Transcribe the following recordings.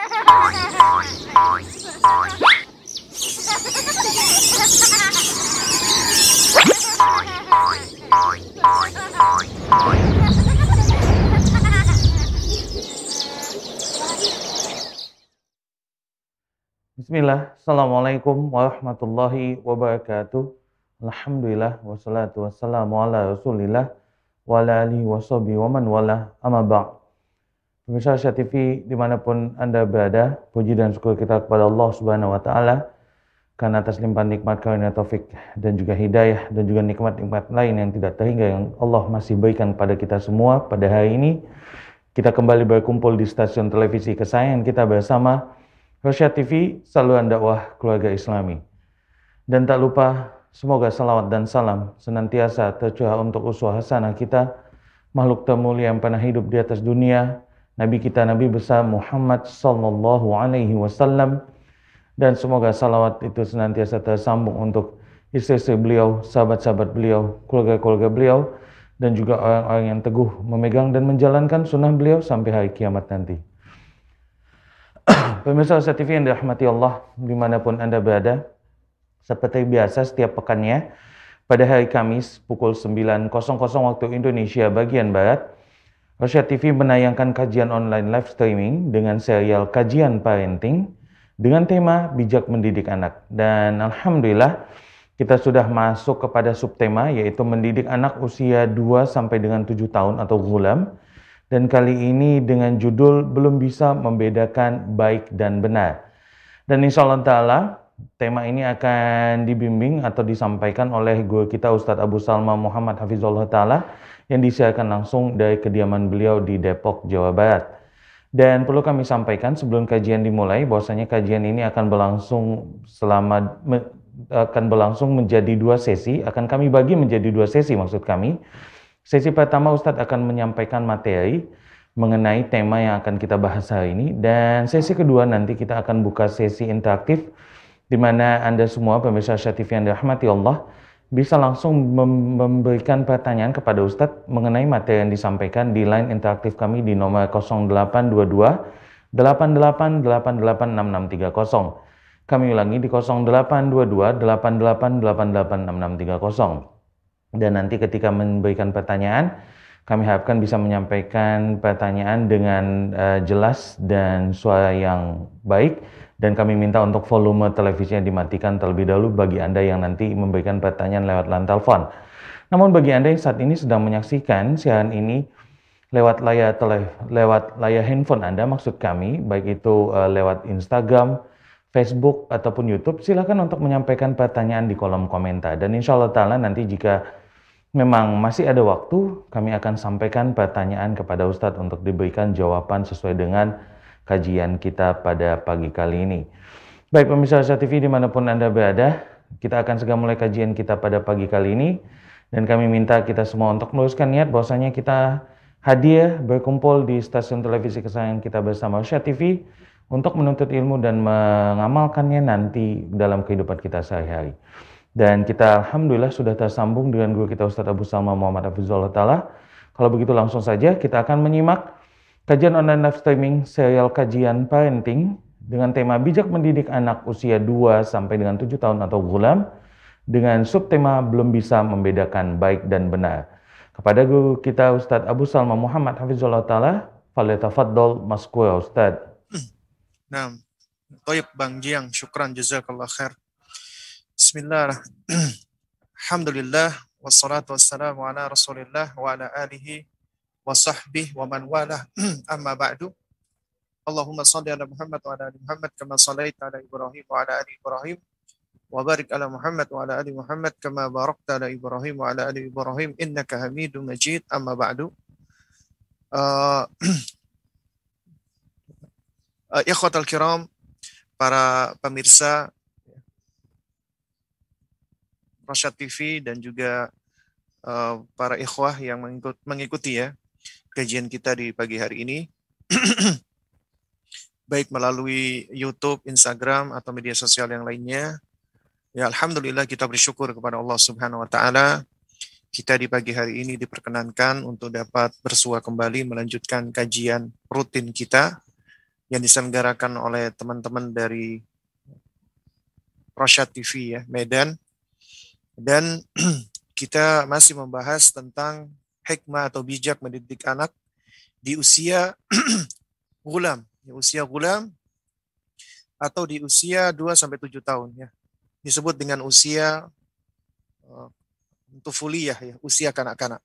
Bismillah, Assalamualaikum warahmatullahi wabarakatuh. Alhamdulillah, wassalatu wassalamu ala rasulillah wa ala alihi wa sahbihi wa man wala amma ba'd. Pemirsa Asia TV dimanapun Anda berada, puji dan syukur kita kepada Allah Subhanahu wa Ta'ala karena atas limpahan nikmat karunia taufik dan juga hidayah dan juga nikmat-nikmat lain yang tidak terhingga yang Allah masih berikan kepada kita semua pada hari ini. Kita kembali berkumpul di stasiun televisi kesayangan kita bersama Rosyad TV, saluran dakwah keluarga Islami. Dan tak lupa, semoga salawat dan salam senantiasa tercurah untuk uswah hasanah kita, makhluk termulia yang pernah hidup di atas dunia, Nabi kita, Nabi besar Muhammad sallallahu alaihi wasallam, dan semoga salawat itu senantiasa tersambung untuk istri-istri beliau, sahabat-sahabat beliau, keluarga-keluarga beliau, dan juga orang-orang yang teguh memegang dan menjalankan sunnah beliau sampai hari kiamat nanti. Pemirsa Rosyad TV yang dirahmati Allah dimanapun Anda berada, seperti biasa setiap pekannya pada hari Kamis pukul 9.00 waktu Indonesia bagian Barat, Rosyad TV menayangkan kajian online live streaming dengan serial kajian parenting dengan tema bijak mendidik anak. Dan Alhamdulillah kita sudah masuk kepada subtema yaitu mendidik anak usia 2 sampai dengan 7 tahun atau ghulam. Dan kali ini dengan judul belum bisa membedakan baik dan benar. Dan insya Allah Ta'ala tema ini akan dibimbing atau disampaikan oleh guru kita Ustadz Abu Salma Muhammad Hafizullah Ta'ala yang disiarkan langsung dari kediaman beliau di Depok, Jawa Barat. Dan perlu kami sampaikan sebelum kajian dimulai bahwasanya kajian ini akan berlangsung menjadi 2 sesi, akan kami bagi menjadi 2 sesi maksud kami. Sesi pertama Ustadz akan menyampaikan materi mengenai tema yang akan kita bahas hari ini, dan sesi kedua nanti kita akan buka sesi interaktif di mana Anda semua pemirsa Asia TV yang dirahmati Allah bisa langsung memberikan pertanyaan kepada Ustadz mengenai materi yang disampaikan di line interaktif kami di nomor 0822 88886630. Kami ulangi di 0822 88886630. Dan nanti ketika memberikan pertanyaan, kami harapkan bisa menyampaikan pertanyaan dengan jelas dan suara yang baik. Dan kami minta untuk volume televisinya dimatikan terlebih dahulu bagi Anda yang nanti memberikan pertanyaan lewat line telepon. Namun bagi Anda yang saat ini sedang menyaksikan siaran ini lewat layar handphone Anda, maksud kami, baik itu lewat Instagram, Facebook, ataupun YouTube, silakan untuk menyampaikan pertanyaan di kolom komentar. Dan insya Allah Ta'ala nanti jika memang masih ada waktu, kami akan sampaikan pertanyaan kepada Ustadz untuk diberikan jawaban sesuai dengan kajian kita pada pagi kali ini. Baik pemirsa Rosyad TV dimanapun Anda berada, kita akan segera mulai kajian kita pada pagi kali ini. Dan kami minta kita semua untuk meluruskan niat bahwasanya kita hadir berkumpul di stasiun televisi kesayangan kita bersama Rosyad TV untuk menuntut ilmu dan mengamalkannya nanti dalam kehidupan kita sehari-hari. Dan kita Alhamdulillah sudah tersambung dengan guru kita Ustadz Abu Salma Muhammad Hafizullah Ta'ala. Kalau begitu langsung saja kita akan menyimak kajian online live streaming serial kajian parenting dengan tema bijak mendidik anak usia 2 sampai dengan 7 tahun atau ghulam dengan subtema belum bisa membedakan baik dan benar. Kepada guru kita Ustadz Abu Salma Muhammad Hafizullah Ta'ala, falyatafaddal maskura Ustadz. Nah, Toyib Bang Jiang, syukran jazakallah khair. Bismillah, alhamdulillah, wassalatu wassalamu ala rasulillah wa ala alihi wa sahbihi wa man wala, amma ba'du. Allahumma salli ala Muhammad wa ala ali Muhammad kama sallaita ala Ibrahim wa ala ali Ibrahim wa barik ala Muhammad wa ala ali Muhammad kama barakta ala Ibrahim wa ala ali Ibrahim innaka Hamidum Majid, amma ba'du. Ikhwatal kiram, para pemirsa Rosyad TV dan juga para ikhwah yang mengikuti ya kajian kita di pagi hari ini baik melalui YouTube, Instagram atau media sosial yang lainnya. Ya alhamdulillah kita bersyukur kepada Allah Subhanahu wa taala. Kita di pagi hari ini diperkenankan untuk dapat bersua kembali melanjutkan kajian rutin kita yang diselenggarakan oleh teman-teman dari Rosyad TV ya, Medan. Dan kita masih membahas tentang hikmah atau bijak mendidik anak di usia gulam, atau di usia 2 sampai 7 tahun ya. Disebut dengan usia tufuliyah ya, usia kanak-kanak.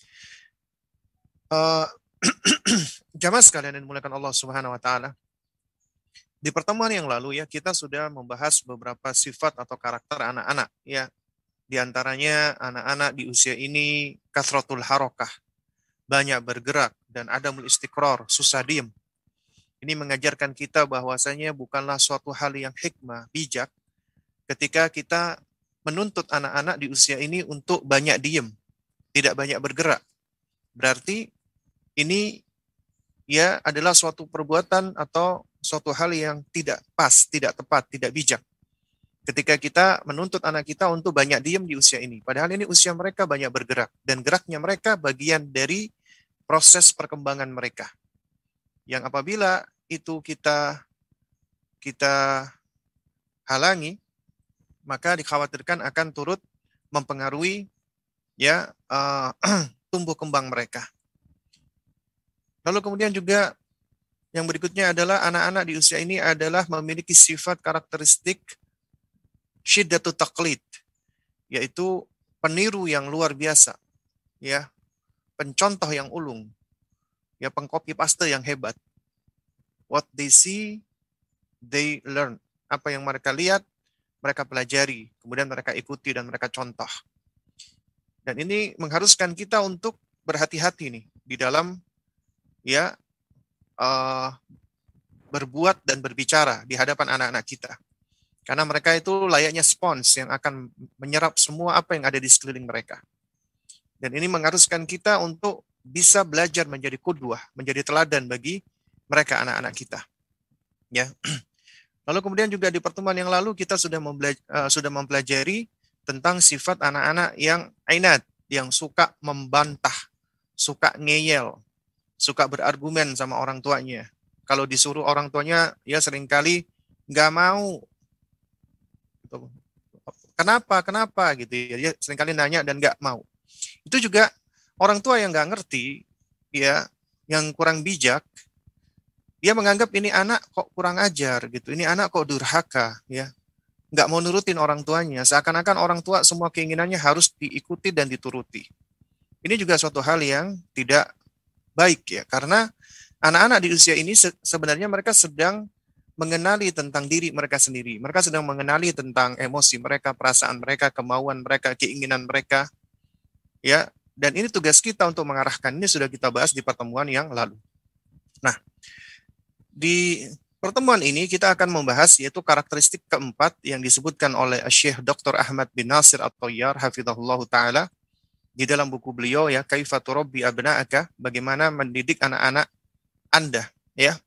Jamaah sekalian yang dimuliakan Allah Subhanahu wa taala. Di pertemuan yang lalu ya, kita sudah membahas beberapa sifat atau karakter anak-anak ya. Di antaranya anak-anak di usia ini kathratul harokah, banyak bergerak dan adamul istiqrar, susah diem. Ini mengajarkan kita bahwasanya bukanlah suatu hal yang hikmah, bijak ketika kita menuntut anak-anak di usia ini untuk banyak diem, tidak banyak bergerak. Berarti ini ya adalah suatu perbuatan atau suatu hal yang tidak pas, tidak tepat, tidak bijak. Ketika kita menuntut anak kita untuk banyak diem di usia ini. Padahal ini usia mereka banyak bergerak. Dan geraknya mereka bagian dari proses perkembangan mereka. Yang apabila itu kita halangi, maka dikhawatirkan akan turut mempengaruhi ya tumbuh kembang mereka. Lalu kemudian juga yang berikutnya adalah anak-anak di usia ini adalah memiliki sifat karakteristik syiddatut taqlid, yaitu peniru yang luar biasa, ya, pencontoh yang ulung, ya, pengcopy paste yang hebat. What they see, they learn. Apa yang mereka lihat, mereka pelajari, kemudian mereka ikuti dan mereka contoh. Dan ini mengharuskan kita untuk berhati-hati nih di dalam ya berbuat dan berbicara di hadapan anak-anak kita. Karena mereka itu layaknya spons yang akan menyerap semua apa yang ada di sekeliling mereka. Dan ini mengharuskan kita untuk bisa belajar menjadi qudwah, menjadi teladan bagi mereka anak-anak kita. Ya. Lalu kemudian juga di pertemuan yang lalu kita sudah mempelajari tentang sifat anak-anak yang ainat, yang suka membantah, suka ngeyel, suka berargumen sama orang tuanya. Kalau disuruh orang tuanya, ya seringkali nggak mau. Kenapa gitu ya, dia seringkali nanya dan nggak mau. Itu juga orang tua yang nggak ngerti, ya, yang kurang bijak, dia menganggap ini anak kok kurang ajar gitu, ini anak kok durhaka, ya, nggak mau nurutin orang tuanya, seakan-akan orang tua semua keinginannya harus diikuti dan dituruti. Ini juga suatu hal yang tidak baik ya, karena anak-anak di usia ini sebenarnya mereka sedang mengenali tentang diri mereka sendiri. Mereka sedang mengenali tentang emosi mereka, perasaan mereka, kemauan mereka, keinginan mereka. Ya, dan ini tugas kita untuk mengarahkan. Ini sudah kita bahas di pertemuan yang lalu. Nah, di pertemuan ini kita akan membahas yaitu karakteristik keempat yang disebutkan oleh Syekh Dr. Ahmad bin Nasir At-Tayyar hafizahullah taala di dalam buku beliau ya, Kaifa turabbi abna'aka, bagaimana mendidik anak-anak Anda, ya.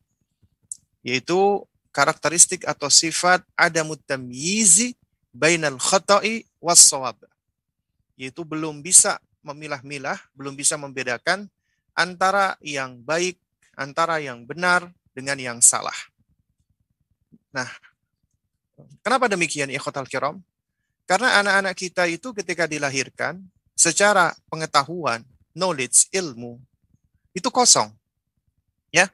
Yaitu karakteristik atau sifat adamut tamyizi bainal khata'i was shawab. Yaitu belum bisa memilah-milah, belum bisa membedakan antara yang baik, antara yang benar dengan yang salah. Nah, kenapa demikian ikhwatal kiram? Karena anak-anak kita itu ketika dilahirkan secara pengetahuan, knowledge, ilmu itu kosong. Ya.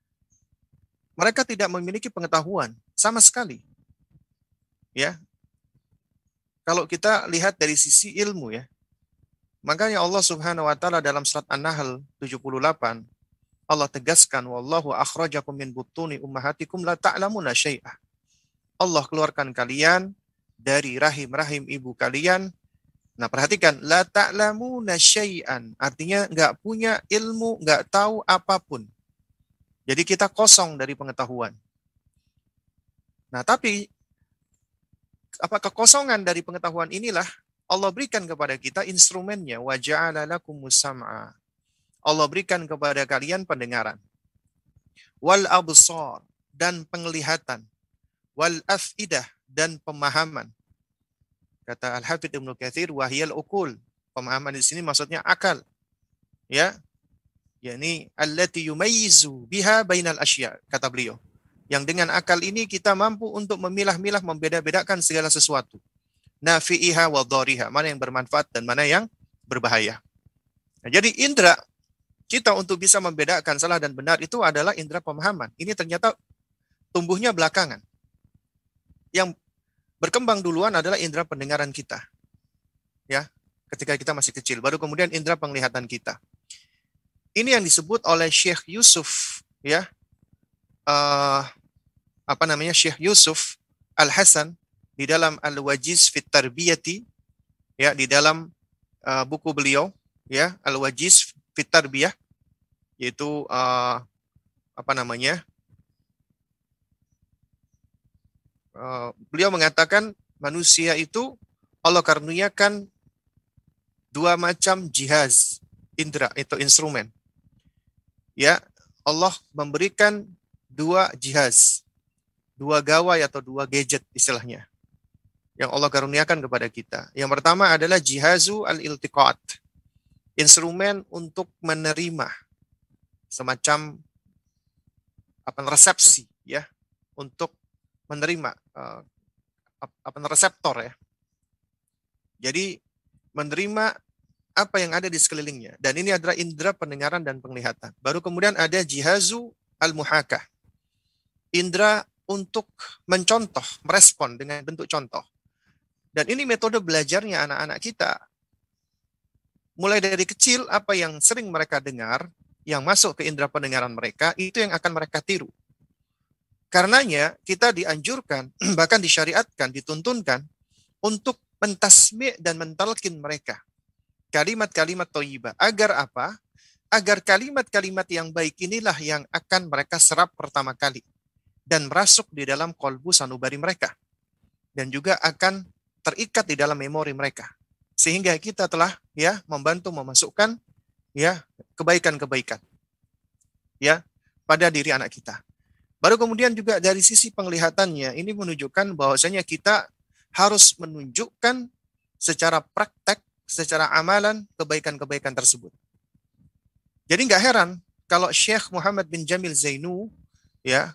Mereka tidak memiliki pengetahuan sama sekali. Ya. Kalau kita lihat dari sisi ilmu ya. Makanya Allah Subhanahu wa taala dalam surat An-Nahl 78 Allah tegaskan wallahu akhrajakum min butuni ummahatikum la ta'lamuna syai'ah. Allah keluarkan kalian dari rahim-rahim ibu kalian. Nah, perhatikan la ta'lamuna syai'an, artinya enggak punya ilmu, enggak tahu apapun. Jadi kita kosong dari pengetahuan. Nah, tapi apa kekosongan dari pengetahuan inilah Allah berikan kepada kita instrumennya, wa ja'ala lakumus sam'a. Allah berikan kepada kalian pendengaran. Wal absar, dan penglihatan. Wal af'idah, dan pemahaman. Kata Al-Hafidz Ibnu Katsir, wahiyal uqul. Pemahaman di sini maksudnya akal. Ya. yakni allati yumayyizu biha bainal asya, kata beliau. Yang dengan akal ini kita mampu untuk memilah-milah, membeda-bedakan segala sesuatu. Nafi'iha wa dhariha, mana yang bermanfaat dan mana yang berbahaya. Nah, jadi indera kita untuk bisa membedakan salah dan benar itu adalah indera pemahaman. Ini ternyata tumbuhnya belakangan. Yang berkembang duluan adalah indera pendengaran kita. Ya, ketika kita masih kecil, baru kemudian indera penglihatan kita. Ini yang disebut oleh Syekh Yusuf, ya. Syekh Yusuf Al-Hasan di dalam Al-Wajiz fit Tarbiyati, ya, di dalam buku beliau, ya, Al-Wajiz fit Tarbiyah, yaitu beliau mengatakan manusia itu Allah karuniakan dua macam jihaz, indera, itu instrumen. Ya, Allah memberikan dua jihaz, dua gawai atau dua gadget istilahnya, yang Allah karuniakan kepada kita. Yang pertama adalah jihazu al-iltiqat, instrumen untuk menerima, semacam resepsi, ya, untuk menerima, reseptor, ya. Jadi menerima apa yang ada di sekelilingnya. Dan ini adalah indera pendengaran dan penglihatan. Baru kemudian ada jihazu al-muhakah, indera untuk mencontoh, merespon dengan bentuk contoh. Dan ini metode belajarnya anak-anak kita. Mulai dari kecil, apa yang sering mereka dengar, yang masuk ke indera pendengaran mereka, itu yang akan mereka tiru. Karenanya, kita dianjurkan, bahkan disyariatkan, dituntunkan, untuk mentasmi' dan mentalkin mereka. Kalimat-kalimat thayyibah. Agar apa? Agar kalimat-kalimat yang baik inilah yang akan mereka serap pertama kali. Dan merasuk di dalam kolbu sanubari mereka. Dan juga akan terikat di dalam memori mereka. Sehingga kita telah, ya, membantu memasukkan, ya, kebaikan-kebaikan, ya, pada diri anak kita. Baru kemudian juga dari sisi penglihatannya, ini menunjukkan bahwasanya kita harus menunjukkan secara praktek, secara amalan, kebaikan-kebaikan tersebut. Jadi nggak heran kalau Syekh Muhammad bin Jamil Zainu, ya,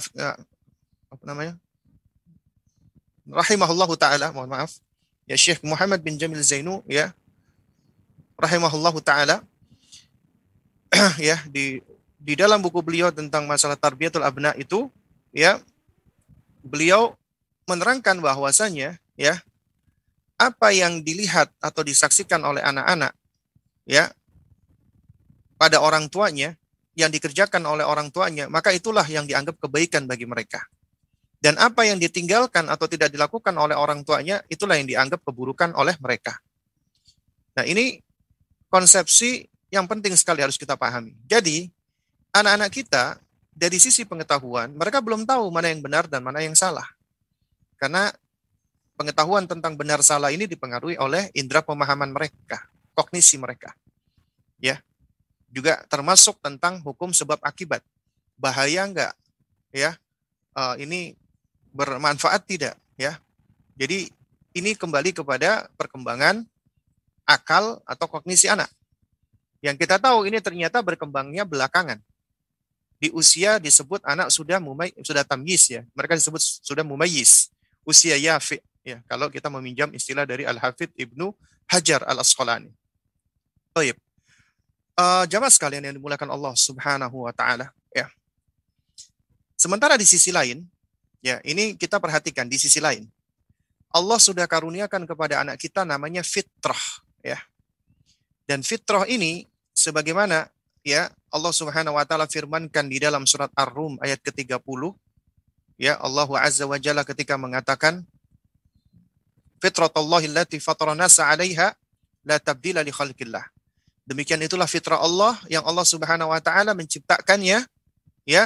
rahimahullahu ta'ala, mohon maaf, ya, Syekh Muhammad bin Jamil Zainu, ya, rahimahullahu ta'ala, ya, di dalam buku beliau tentang masalah tarbiyatul abna itu, ya, beliau menerangkan bahwasanya, ya, apa yang dilihat atau disaksikan oleh anak-anak, ya, pada orang tuanya, yang dikerjakan oleh orang tuanya, maka itulah yang dianggap kebaikan bagi mereka. Dan apa yang ditinggalkan atau tidak dilakukan oleh orang tuanya, itulah yang dianggap keburukan oleh mereka. Nah, ini konsepsi yang penting sekali harus kita pahami. Jadi, anak-anak kita, dari sisi pengetahuan, mereka belum tahu mana yang benar dan mana yang salah. Karena pengetahuan tentang benar salah ini dipengaruhi oleh indera pemahaman mereka, kognisi mereka. Ya, juga termasuk tentang hukum sebab akibat. Bahaya enggak? Ya, ini bermanfaat tidak? Ya, jadi ini kembali kepada perkembangan akal atau kognisi anak. Yang kita tahu ini ternyata berkembangnya belakangan. Di usia disebut anak sudah tamyiz, ya. Mereka disebut sudah mumayyiz, usia yafi, ya. Kalau kita meminjam istilah dari Al-Hafidh Ibnu Hajar Al-Asqalani. Baik. Jamaah sekalian yang dimuliakan Allah Subhanahu wa taala, ya. Sementara di sisi lain, ya, ini kita perhatikan di sisi lain. Allah sudah karuniakan kepada anak kita namanya fitrah, ya. Dan fitrah ini sebagaimana, ya, Allah Subhanahu wa taala firmankan di dalam surat Ar-Rum ayat ke-30, ya, Allah Azza wa Jalla ketika mengatakan fitratallahi allati fatara nasa 'alaiha la tabdila li khalqillah. Demikian itulah fitrah Allah yang Allah Subhanahu wa taala menciptakannya, ya.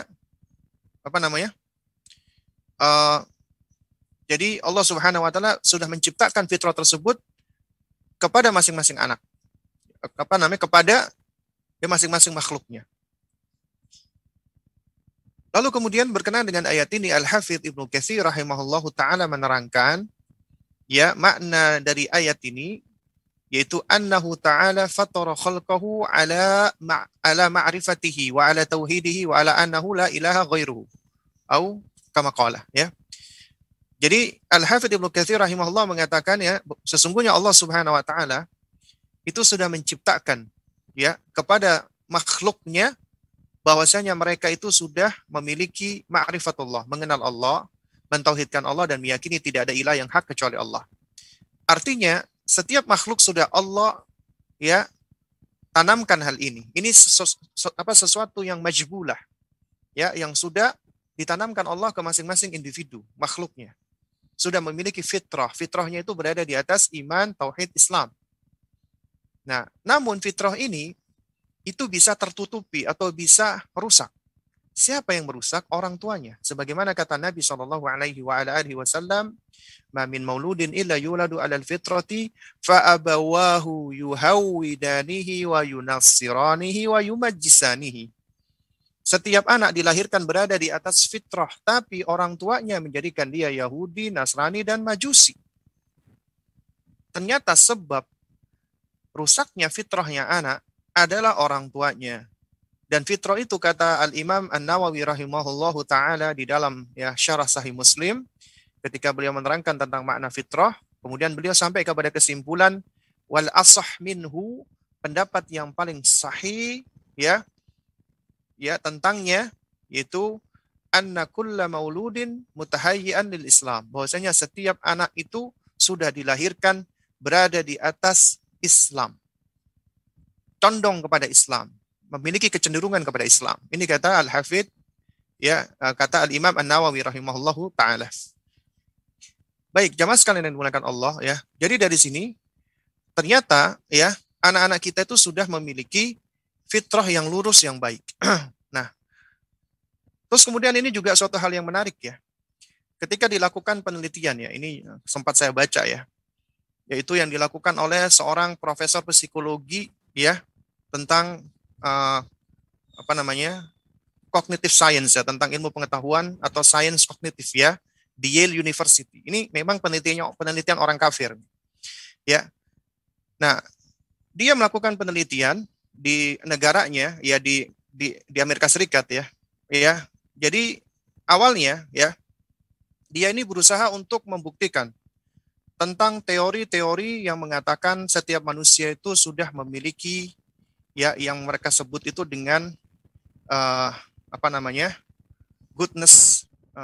Jadi Allah Subhanahu wa taala sudah menciptakan fitrah tersebut kepada masing-masing anak. Kepada masing-masing makhluknya. Lalu kemudian berkenaan dengan ayat ini, Al-Hafidh Ibnu Katsir rahimahullahu ta'ala menerangkan, ya, makna dari ayat ini, yaitu annahu ta'ala fatara khalqahu ala ma'rifatihi wa ala tauhidihi wa ala annahu la ilaha ghairuhu. au kama qala, ya. Jadi Al-Hafidz Ibnu Katsir rahimahullah mengatakan, ya, sesungguhnya Allah Subhanahu wa taala itu sudah menciptakan, ya, kepada makhluknya bahwasanya mereka itu sudah memiliki ma'rifatullah, mengenal Allah, mentauhidkan Allah dan meyakini tidak ada ilah yang hak kecuali Allah. Artinya setiap makhluk sudah Allah, ya, tanamkan hal ini. Ini sesuatu yang majbulah, ya, yang sudah ditanamkan Allah ke masing-masing individu makhluknya. Sudah memiliki fitrah. Fitrahnya itu berada di atas iman, tauhid, Islam. Nah, namun fitrah ini itu bisa tertutupi atau bisa rusak. Siapa yang merusak? Orang tuanya. Sebagaimana kata Nabi SAW, "Ma min mauludin illa yuladu 'alal fitrati fa abawahu yuhawwidanihi wa yunassiranihi wa yumajjisanihi." Setiap anak dilahirkan berada di atas fitrah, tapi orang tuanya menjadikan dia Yahudi, Nasrani, dan Majusi. Ternyata sebab rusaknya fitrahnya anak adalah orang tuanya. Dan fitrah itu, kata Al-Imam An-Nawawi rahimahullahu ta'ala di dalam, ya, Syarah Sahih Muslim, ketika beliau menerangkan tentang makna fitrah, kemudian beliau sampai kepada kesimpulan, wal asah minhu, pendapat yang paling sahih, ya, tentangnya, yaitu anna kulla mauludin mutahayyi'an lil Islam, bahwasanya setiap anak itu sudah dilahirkan berada di atas Islam, condong kepada Islam, memiliki kecenderungan kepada Islam. Ini kata Al-Hafidz, ya, kata Al-Imam An-Nawawi rahimahullahu taala. Baik, jamaah sekalian yang dimuliakan Allah, ya. Jadi dari sini ternyata, ya, anak-anak kita itu sudah memiliki fitrah yang lurus, yang baik. Nah, terus kemudian ini juga suatu hal yang menarik, ya. Ketika dilakukan penelitian, ya, ini sempat saya baca, ya, yaitu yang dilakukan oleh seorang profesor psikologi, ya, tentang cognitive science, ya, tentang ilmu pengetahuan atau sains kognitif, ya, di Yale University. Ini memang penelitian orang kafir, ya. Nah, dia melakukan penelitian di negaranya, ya, di Amerika Serikat, ya. Ya. Jadi awalnya, ya, dia ini berusaha untuk membuktikan tentang teori-teori yang mengatakan setiap manusia itu sudah memiliki, ya, yang mereka sebut itu dengan goodness,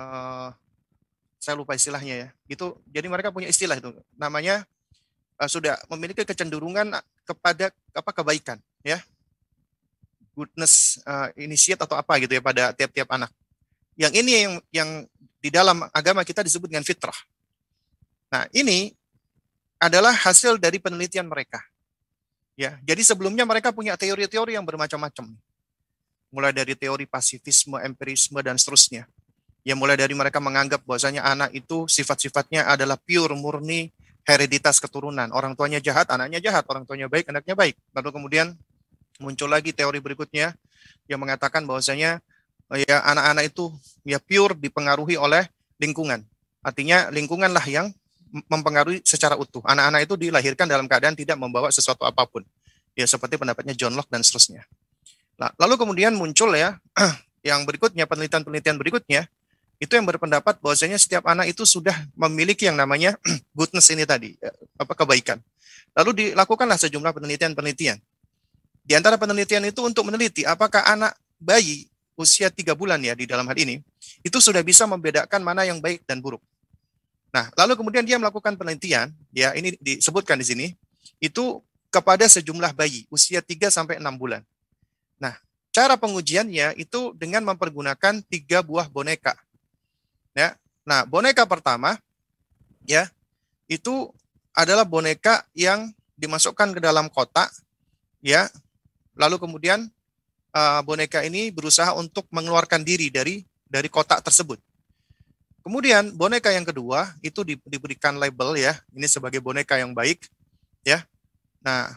saya lupa istilahnya, ya. Itu jadi mereka punya istilah itu namanya sudah memiliki kecenderungan kepada kebaikan, ya, goodness initiate atau apa gitu, ya, pada tiap-tiap anak. Yang ini yang di dalam agama kita disebut dengan fitrah. Nah, ini adalah hasil dari penelitian mereka, ya. Jadi sebelumnya mereka punya teori-teori yang bermacam-macam, mulai dari teori pasifisme, empirisme, dan seterusnya. Ya, mulai dari mereka menganggap bahwasanya anak itu sifat-sifatnya adalah pure, murni, hereditas keturunan. Orang tuanya jahat, anaknya jahat. Orang tuanya baik, anaknya baik. Lalu kemudian muncul lagi teori berikutnya yang mengatakan bahwasanya, ya, anak-anak itu, ya, pure dipengaruhi oleh lingkungan. Artinya lingkunganlah yang mempengaruhi secara utuh. Anak-anak itu dilahirkan dalam keadaan tidak membawa sesuatu apapun. Ya, seperti pendapatnya John Locke dan seterusnya. Nah, lalu kemudian muncul, ya, yang berikutnya, penelitian-penelitian berikutnya, itu yang berpendapat bahwasanya setiap anak itu sudah memiliki yang namanya goodness ini tadi, kebaikan. Lalu dilakukanlah sejumlah penelitian-penelitian. Di antara penelitian itu untuk meneliti apakah anak bayi usia 3 bulan, ya, di dalam hal ini, itu sudah bisa membedakan mana yang baik dan buruk. Nah, lalu kemudian dia melakukan penelitian, ya, ini disebutkan di sini, itu kepada sejumlah bayi usia 3 sampai 6 bulan. Nah, cara pengujiannya itu dengan mempergunakan 3 buah boneka. Ya. Nah, boneka pertama, ya, itu adalah boneka yang dimasukkan ke dalam kotak, ya. Lalu kemudian boneka ini berusaha untuk mengeluarkan diri dari kotak tersebut. Kemudian boneka yang kedua itu diberikan label, ya, ini sebagai boneka yang baik, ya. Nah,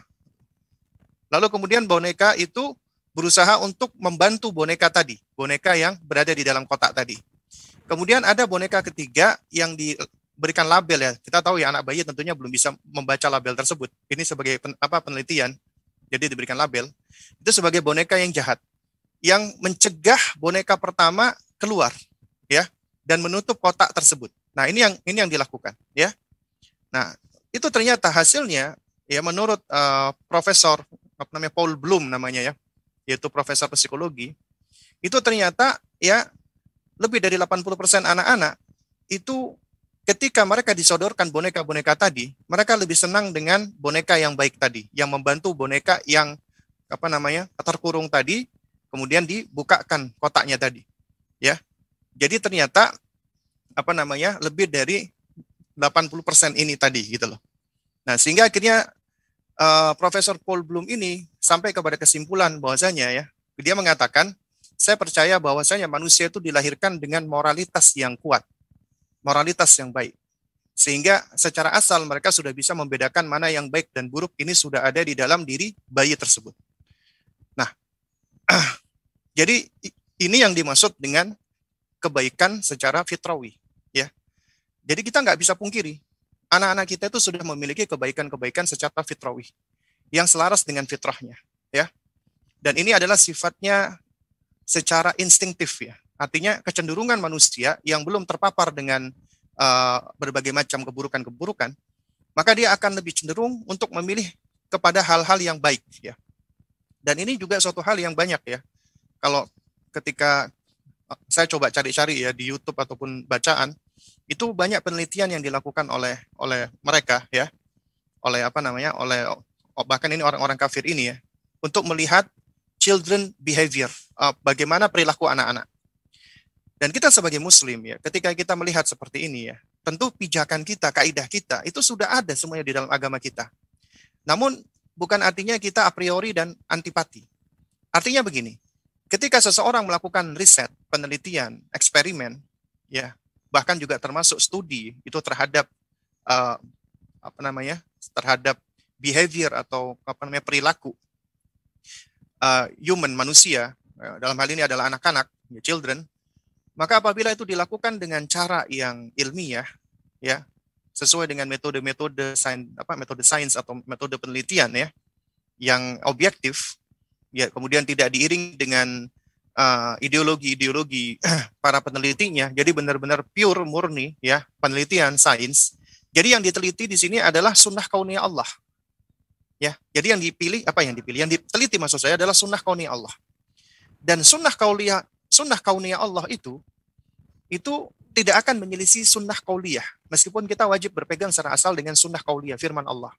lalu kemudian boneka itu berusaha untuk membantu boneka tadi, boneka yang berada di dalam kotak tadi. Kemudian ada boneka ketiga yang diberikan label, ya. Kita tahu, ya, anak bayi tentunya belum bisa membaca label tersebut. Ini sebagai penelitian, jadi diberikan label. Itu sebagai boneka yang jahat, yang mencegah boneka pertama keluar. ya, dan menutup kotak tersebut. Nah, ini yang dilakukan, ya. Nah, itu ternyata hasilnya ya menurut Profesor apa namanya Paul Bloom namanya ya, yaitu profesor psikologi, itu ternyata ya lebih dari 80% anak-anak itu ketika mereka disodorkan boneka-boneka tadi, mereka lebih senang dengan boneka yang baik tadi, yang membantu boneka yang apa namanya terkurung tadi, kemudian dibukakan kotaknya tadi, ya. Jadi ternyata apa namanya lebih dari 80% ini tadi gitu loh. Nah, sehingga akhirnya Profesor Paul Bloom ini sampai kepada kesimpulan bahwasanya ya, dia mengatakan, saya percaya bahwasanya manusia itu dilahirkan dengan moralitas yang kuat, moralitas yang baik. Sehingga secara asal mereka sudah bisa membedakan mana yang baik dan buruk ini sudah ada di dalam diri bayi tersebut. Nah, jadi ini yang dimaksud dengan kebaikan secara fitrawi, ya. Jadi kita nggak bisa pungkiri, anak-anak kita itu sudah memiliki kebaikan-kebaikan secara fitrawi yang selaras dengan fitrahnya, ya. Dan ini adalah sifatnya secara instingtif, ya. Artinya kecenderungan manusia yang belum terpapar dengan berbagai macam keburukan-keburukan, maka dia akan lebih cenderung untuk memilih kepada hal-hal yang baik, ya. Dan ini juga suatu hal yang banyak, ya. Kalau ketika saya coba cari-cari ya di YouTube ataupun bacaan, itu banyak penelitian yang dilakukan oleh mereka ya, oleh apa namanya, oleh bahkan ini orang-orang kafir ini ya, untuk melihat children behavior, bagaimana perilaku anak-anak. Dan kita sebagai muslim ya, ketika kita melihat seperti ini ya, tentu pijakan kita, kaidah kita itu sudah ada semuanya di dalam agama kita. Namun bukan artinya kita a priori dan antipati. Artinya begini, ketika seseorang melakukan riset, penelitian, eksperimen, ya, bahkan juga termasuk studi itu terhadap apa namanya, terhadap behavior atau apa namanya perilaku human manusia, dalam hal ini adalah anak-anak, ya, children, maka apabila itu dilakukan dengan cara yang ilmiah, ya, sesuai dengan metode-metode sains atau metode penelitian ya, yang objektif, ya, kemudian tidak diiringi dengan ideologi-ideologi para penelitinya, jadi benar-benar pure murni ya penelitian sains. Jadi yang diteliti di sini adalah sunnah kauniyah Allah, ya. Jadi yang diteliti maksud saya adalah sunnah kauniyah Allah. Dan sunnah kauniyah Allah itu tidak akan menyelisih sunnah kauliyah, meskipun kita wajib berpegang secara asal dengan sunnah kauliyah, firman Allah.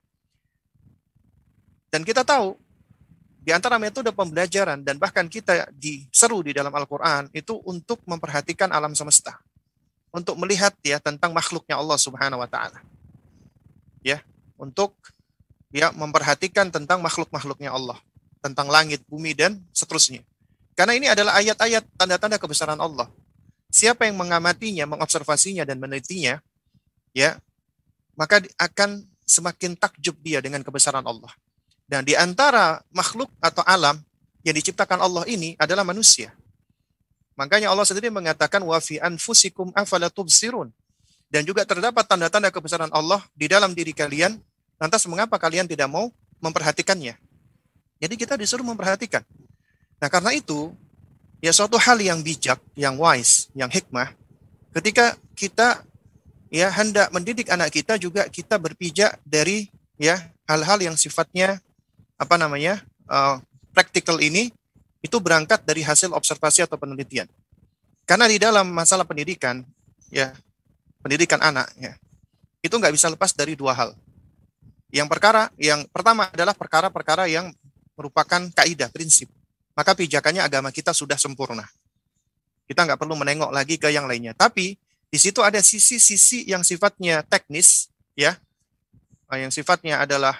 Dan kita tahu di antara metode pembelajaran dan bahkan kita diseru di dalam Al-Quran itu untuk memperhatikan alam semesta, untuk melihat ya tentang makhluknya Allah Subhanahu Wa Taala, ya, untuk ya memperhatikan tentang makhluk-makhluknya Allah, tentang langit, bumi dan seterusnya. Karena ini adalah ayat-ayat tanda-tanda kebesaran Allah. Siapa yang mengamatinya, mengobservasinya dan menelitinya, ya, maka akan semakin takjub dia dengan kebesaran Allah. Dan di antara makhluk atau alam yang diciptakan Allah ini adalah manusia. Makanya Allah sendiri mengatakan wa fi anfusikum afala tubsirun. Dan juga terdapat tanda-tanda kebesaran Allah di dalam diri kalian. Lantas mengapa kalian tidak mau memperhatikannya? Jadi kita disuruh memperhatikan. Nah, karena itu ya suatu hal yang bijak, yang wise, yang hikmah, ketika kita ya hendak mendidik anak kita juga kita berpijak dari ya hal-hal yang sifatnya apa namanya practical ini, itu berangkat dari hasil observasi atau penelitian. Karena di dalam masalah pendidikan ya, pendidikan anak ya, itu nggak bisa lepas dari dua hal. Yang pertama adalah perkara-perkara yang merupakan kaidah, prinsip. Maka pijakannya agama kita sudah sempurna. Kita nggak perlu menengok lagi ke yang lainnya. Tapi di situ ada sisi-sisi yang sifatnya teknis ya, yang sifatnya adalah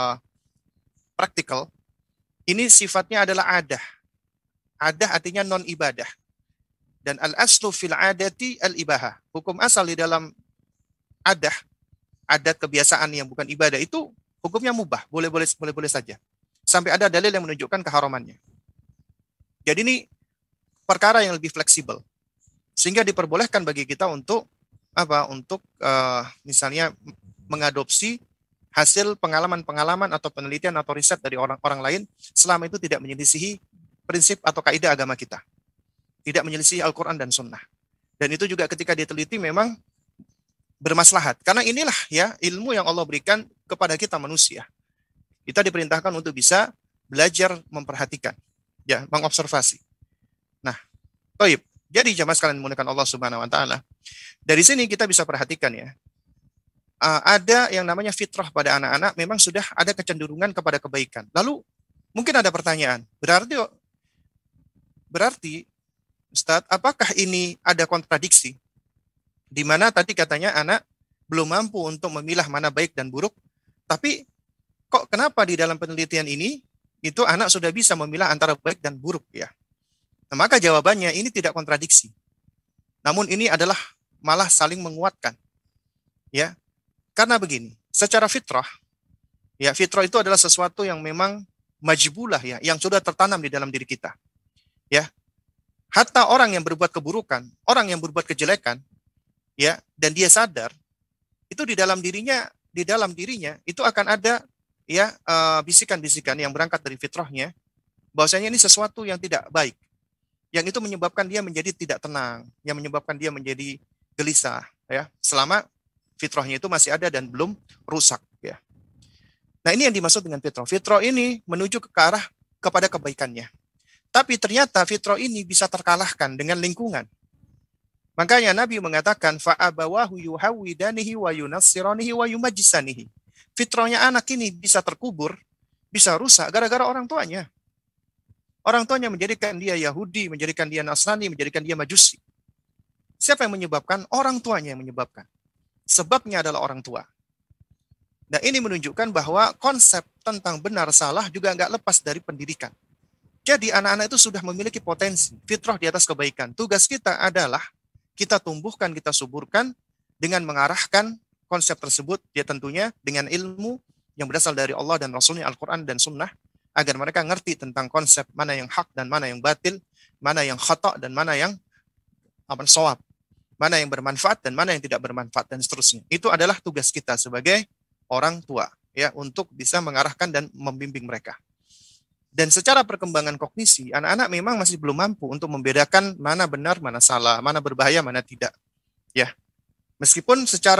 praktikal. Ini sifatnya adalah adah. Adah artinya non-ibadah. Dan al-aslu fil adati al-ibahah. Hukum asal di dalam adah, adat kebiasaan yang bukan ibadah itu hukumnya mubah, boleh-boleh saja. Sampai ada dalil yang menunjukkan keharamannya. Jadi ini perkara yang lebih fleksibel. Sehingga diperbolehkan bagi kita untuk apa? Untuk misalnya mengadopsi hasil pengalaman-pengalaman atau penelitian atau riset dari orang-orang lain selama itu tidak menyelisihi prinsip atau kaidah agama kita. Tidak menyelisihi Al-Quran dan Sunnah. Dan itu juga ketika diteliti memang bermaslahat. Karena inilah ya ilmu yang Allah berikan kepada kita manusia. Kita diperintahkan untuk bisa belajar memperhatikan, ya, mengobservasi. Nah, toib. Jadi jamaah sekalian menggunakan Allah Subhanahu wa taala. Dari sini kita bisa perhatikan ya. Ada yang namanya fitrah pada anak-anak memang sudah ada kecenderungan kepada kebaikan. Lalu mungkin ada pertanyaan. Berarti Ustadz, apakah ini ada kontradiksi? Di mana tadi katanya anak belum mampu untuk memilah mana baik dan buruk, tapi kok kenapa di dalam penelitian ini itu anak sudah bisa memilah antara baik dan buruk ya? Nah, maka jawabannya ini tidak kontradiksi. Namun ini adalah malah saling menguatkan. Ya. Karena begini, secara fitrah, ya fitrah itu adalah sesuatu yang memang majbulah ya, yang sudah tertanam di dalam diri kita. Ya. Hatta orang yang berbuat keburukan, orang yang berbuat kejelekan, ya, dan dia sadar, itu di dalam dirinya itu akan ada ya bisikan-bisikan yang berangkat dari fitrahnya, bahwasanya ini sesuatu yang tidak baik, yang itu menyebabkan dia menjadi tidak tenang, yang menyebabkan dia menjadi gelisah, ya, selama fitrahnya itu masih ada dan belum rusak, ya. Nah, ini yang dimaksud dengan fitrah. Fitrah ini menuju ke arah kepada kebaikannya. Tapi ternyata fitrah ini bisa terkalahkan dengan lingkungan. Makanya Nabi mengatakan fa'abawahu yuhawwidanihi wa yunassiranihi wa yumajjisanihi. Fitrahnya anak ini bisa terkubur, bisa rusak gara-gara orang tuanya. Orang tuanya menjadikan dia Yahudi, menjadikan dia Nasrani, menjadikan dia Majusi. Siapa yang menyebabkan? Orang tuanya yang menyebabkan. Sebabnya adalah orang tua. Nah, ini menunjukkan bahwa konsep tentang benar salah juga nggak lepas dari pendidikan. Jadi anak-anak itu sudah memiliki potensi, fitrah di atas kebaikan. Tugas kita adalah kita tumbuhkan, kita suburkan dengan mengarahkan konsep tersebut, ya tentunya dengan ilmu yang berasal dari Allah dan Rasulnya Al-Quran dan Sunnah, agar mereka ngerti tentang konsep mana yang hak dan mana yang batil, mana yang khata' dan mana yang shawab, mana yang bermanfaat dan mana yang tidak bermanfaat, dan seterusnya. Itu adalah tugas kita sebagai orang tua, ya, untuk bisa mengarahkan dan membimbing mereka. Dan secara perkembangan kognisi, anak-anak memang masih belum mampu untuk membedakan mana benar, mana salah, mana berbahaya, mana tidak. Ya, meskipun secara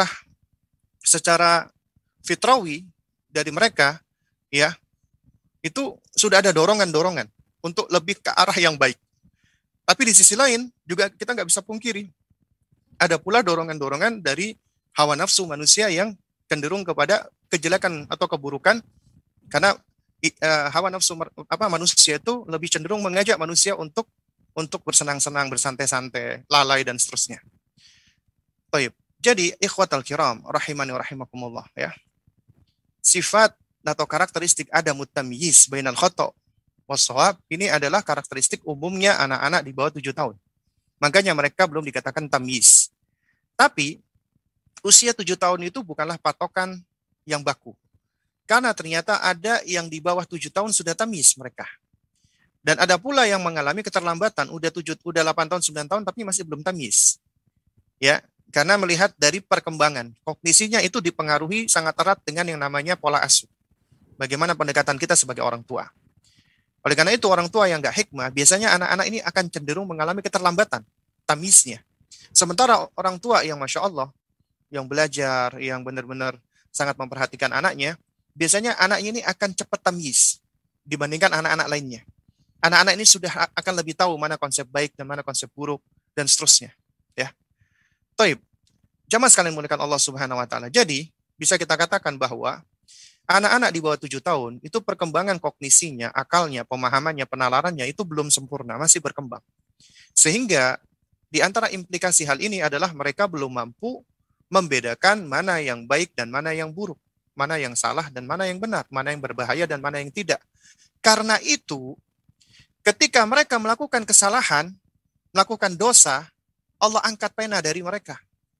fitrawi dari mereka, ya, itu sudah ada dorongan-dorongan untuk lebih ke arah yang baik. Tapi di sisi lain juga kita nggak bisa pungkiri, ada pula dorongan-dorongan dari hawa nafsu manusia yang cenderung kepada kejelekan atau keburukan, karena hawa nafsu manusia itu lebih cenderung mengajak manusia untuk bersenang-senang, bersantai-santai, lalai dan seterusnya. Baik. Jadi ikhwatal kiram rahimani wa rahimakumullah, ya. Sifat atau karakteristik ada mutamyiz bainal khata' was shawab ini adalah karakteristik umumnya anak-anak di bawah 7 tahun. Makanya mereka belum dikatakan tamyiz. Tapi usia 7 tahun itu bukanlah patokan yang baku. Karena ternyata ada yang di bawah 7 tahun sudah tamyiz mereka. Dan ada pula yang mengalami keterlambatan, udah 8 tahun, 9 tahun, tapi masih belum tamyiz. Ya, karena melihat dari perkembangan. Kognisinya itu dipengaruhi sangat erat dengan yang namanya pola asuh. Bagaimana pendekatan kita sebagai orang tua. Oleh karena itu, orang tua yang nggak hikmah, biasanya anak-anak ini akan cenderung mengalami keterlambatan, tamyiznya. Sementara orang tua yang Masya Allah, yang belajar, yang benar-benar sangat memperhatikan anaknya, biasanya anaknya ini akan cepat tamyiz dibandingkan anak-anak lainnya. Anak-anak ini sudah akan lebih tahu mana konsep baik dan mana konsep buruk dan seterusnya. Ya, Taib. Jamaah sekalian menggunakan Allah Subhanahu Wa Taala. Jadi bisa kita katakan bahwa anak-anak di bawah 7 tahun itu perkembangan kognisinya, akalnya, pemahamannya, penalarannya itu belum sempurna, masih berkembang. Sehingga di antara implikasi hal ini adalah mereka belum mampu membedakan mana yang baik dan mana yang buruk, mana yang salah dan mana yang benar, mana yang berbahaya dan mana yang tidak. Karena itu, ketika mereka melakukan kesalahan, melakukan dosa, Allah angkat pena dari mereka.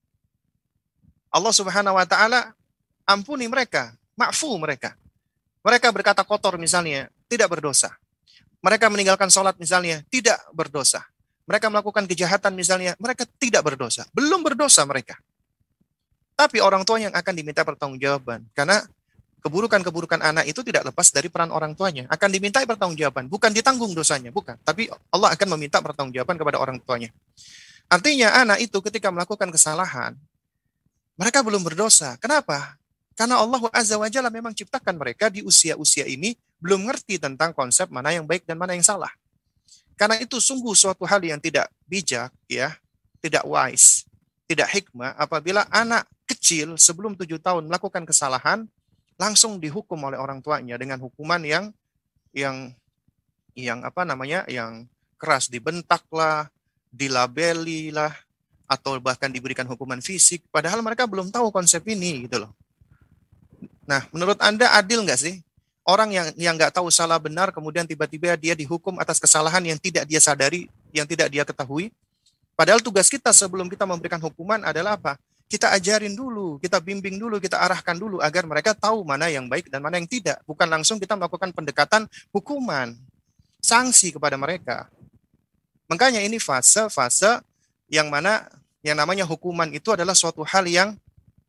Allah Subhanahu wa Ta'ala ampuni mereka, ma'fu mereka. Mereka berkata kotor misalnya, tidak berdosa. Mereka meninggalkan sholat misalnya, tidak berdosa. Mereka melakukan kejahatan misalnya, mereka tidak berdosa. Belum berdosa mereka. Tapi orang tua yang akan diminta pertanggungjawaban. Karena keburukan-keburukan anak itu tidak lepas dari peran orang tuanya. Akan dimintai pertanggungjawaban. Bukan ditanggung dosanya, bukan. Tapi Allah akan meminta pertanggungjawaban kepada orang tuanya. Artinya anak itu ketika melakukan kesalahan, mereka belum berdosa. Kenapa? Karena Allah Azza wa Jalla memang ciptakan mereka di usia-usia ini belum ngerti tentang konsep mana yang baik dan mana yang salah. Karena itu sungguh suatu hal yang tidak bijak, ya, tidak wise, tidak hikmah apabila anak kecil sebelum 7 tahun melakukan kesalahan langsung dihukum oleh orang tuanya dengan hukuman yang apa namanya, yang keras, dibentak lah, dilabeli lah, atau bahkan diberikan hukuman fisik, padahal mereka belum tahu konsep ini gitu loh. Nah, menurut Anda adil nggak sih? Orang yang nggak tahu salah benar, kemudian tiba-tiba dia dihukum atas kesalahan yang tidak dia sadari, yang tidak dia ketahui. Padahal tugas kita sebelum kita memberikan hukuman adalah apa? Kita ajarin dulu, kita bimbing dulu, kita arahkan dulu agar mereka tahu mana yang baik dan mana yang tidak. Bukan langsung kita melakukan pendekatan hukuman, sanksi kepada mereka. Makanya ini fase-fase yang mana yang namanya hukuman itu adalah suatu hal yang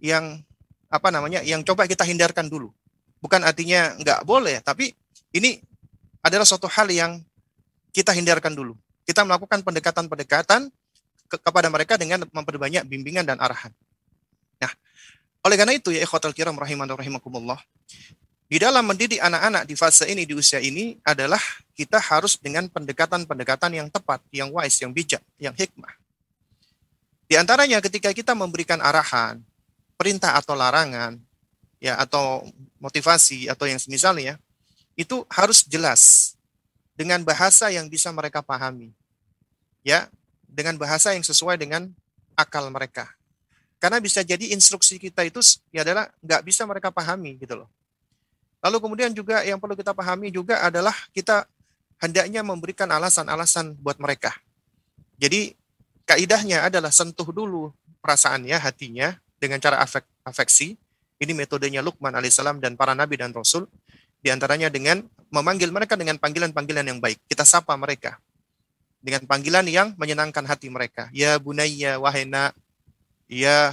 apa namanya, yang coba kita hindarkan dulu. Bukan artinya nggak boleh, tapi ini adalah suatu hal yang kita hindarkan dulu. Kita melakukan pendekatan-pendekatan kepada mereka dengan memperbanyak bimbingan dan arahan. Nah, oleh karena itu ya ikhwatal kiram rahiman wa rahimakumullah, di dalam mendidik anak-anak di fase ini, di usia ini adalah kita harus dengan pendekatan-pendekatan yang tepat, yang wise, yang bijak, yang hikmah. Di antaranya ketika kita memberikan arahan, perintah atau larangan, ya, atau motivasi atau yang semisalnya, itu harus jelas dengan bahasa yang bisa mereka pahami, ya, dengan bahasa yang sesuai dengan akal mereka. Karena bisa jadi instruksi kita itu ya adalah nggak bisa mereka pahami gitu loh. Lalu kemudian juga yang perlu kita pahami juga adalah kita hendaknya memberikan alasan-alasan buat mereka. Jadi kaidahnya adalah sentuh dulu perasaannya, hatinya dengan cara afeksi. Ini metodenya Luqman alaihissalam dan para nabi dan rasul. Di antaranya dengan memanggil mereka dengan panggilan-panggilan yang baik. Kita sapa mereka dengan panggilan yang menyenangkan hati mereka. Ya bunayya, wahai nak, ya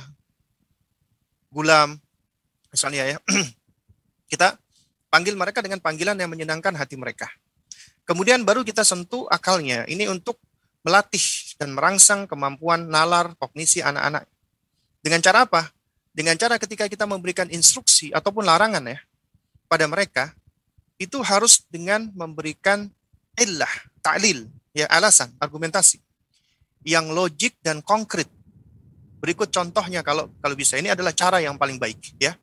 gulam, misalnya ya. Kita panggil mereka dengan panggilan yang menyenangkan hati mereka. Kemudian baru kita sentuh akalnya. Ini untuk melatih dan merangsang kemampuan nalar kognisi anak-anak. Dengan cara apa? Dengan cara ketika kita memberikan instruksi ataupun larangan ya pada mereka, itu harus dengan memberikan illah, ta'lil, ya, alasan, argumentasi yang logik dan konkret. Berikut contohnya kalau bisa, ini adalah cara yang paling baik ya.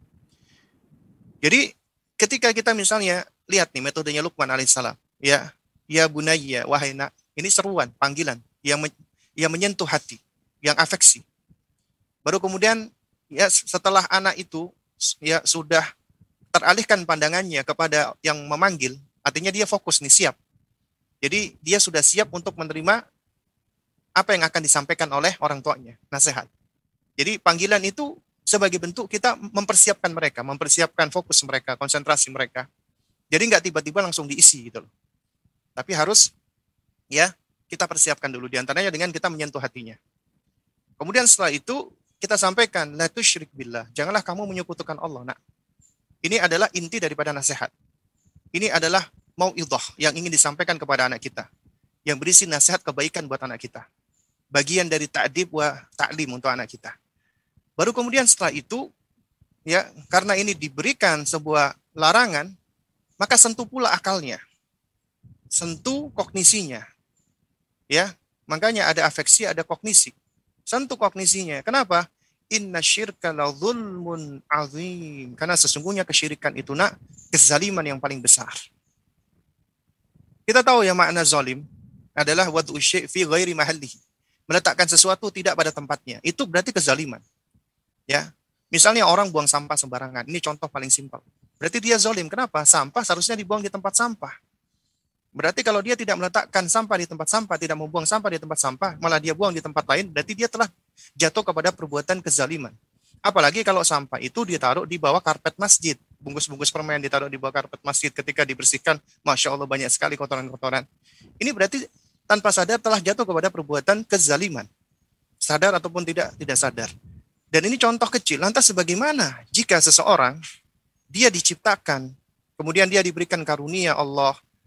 Jadi ketika kita misalnya lihat nih metodenya Luqman alaihissalam, ya bunayya, wahai nak, ini seruan, panggilan yang menyentuh hati, yang afeksi. Baru kemudian ya setelah anak itu ya sudah teralihkan pandangannya kepada yang memanggil, artinya dia fokus nih, siap. Jadi dia sudah siap untuk menerima apa yang akan disampaikan oleh orang tuanya, nasihat. Jadi panggilan itu sebagai bentuk kita mempersiapkan mereka, mempersiapkan fokus mereka, konsentrasi mereka. Jadi nggak tiba-tiba langsung diisi gitu loh. Tapi harus ya kita persiapkan dulu, diantaranya dengan kita menyentuh hatinya. Kemudian setelah itu kita sampaikan, la tusyrik billah, janganlah kamu menyekutukan Allah. Nah, ini adalah inti daripada nasihat. Ini adalah mau'idhah yang ingin disampaikan kepada anak kita, yang berisi nasihat kebaikan buat anak kita. Bagian dari ta'dib wa ta'lim untuk anak kita. Baru kemudian setelah itu, ya, karena ini diberikan sebuah larangan, maka sentuh pula akalnya. Sentuh kognisinya. Ya, makanya ada afeksi, ada kognisi. Sentuh kognisinya. Kenapa? Inna syirka la zulmun azim. Karena sesungguhnya kesyirikan itu nak kezaliman yang paling besar. Kita tahu yang makna zalim adalah wad'u syai' fi ghairi mahallihi. Meletakkan sesuatu tidak pada tempatnya. Itu berarti kezaliman. Ya. Misalnya orang buang sampah sembarangan. Ini contoh paling simpel. Berarti dia zalim. Kenapa? Sampah seharusnya dibuang di tempat sampah. Berarti kalau dia tidak meletakkan sampah di tempat sampah, tidak membuang sampah di tempat sampah, malah dia buang di tempat lain, berarti dia telah jatuh kepada perbuatan kezaliman. Apalagi kalau sampah itu ditaruh di bawah karpet masjid. Bungkus-bungkus permen ditaruh di bawah karpet masjid, ketika dibersihkan, Masya Allah banyak sekali kotoran-kotoran. Ini berarti tanpa sadar telah jatuh kepada perbuatan kezaliman. Sadar ataupun tidak sadar. Dan ini contoh kecil. Lantas bagaimana jika seseorang, dia diciptakan, kemudian dia diberikan karunia Allah,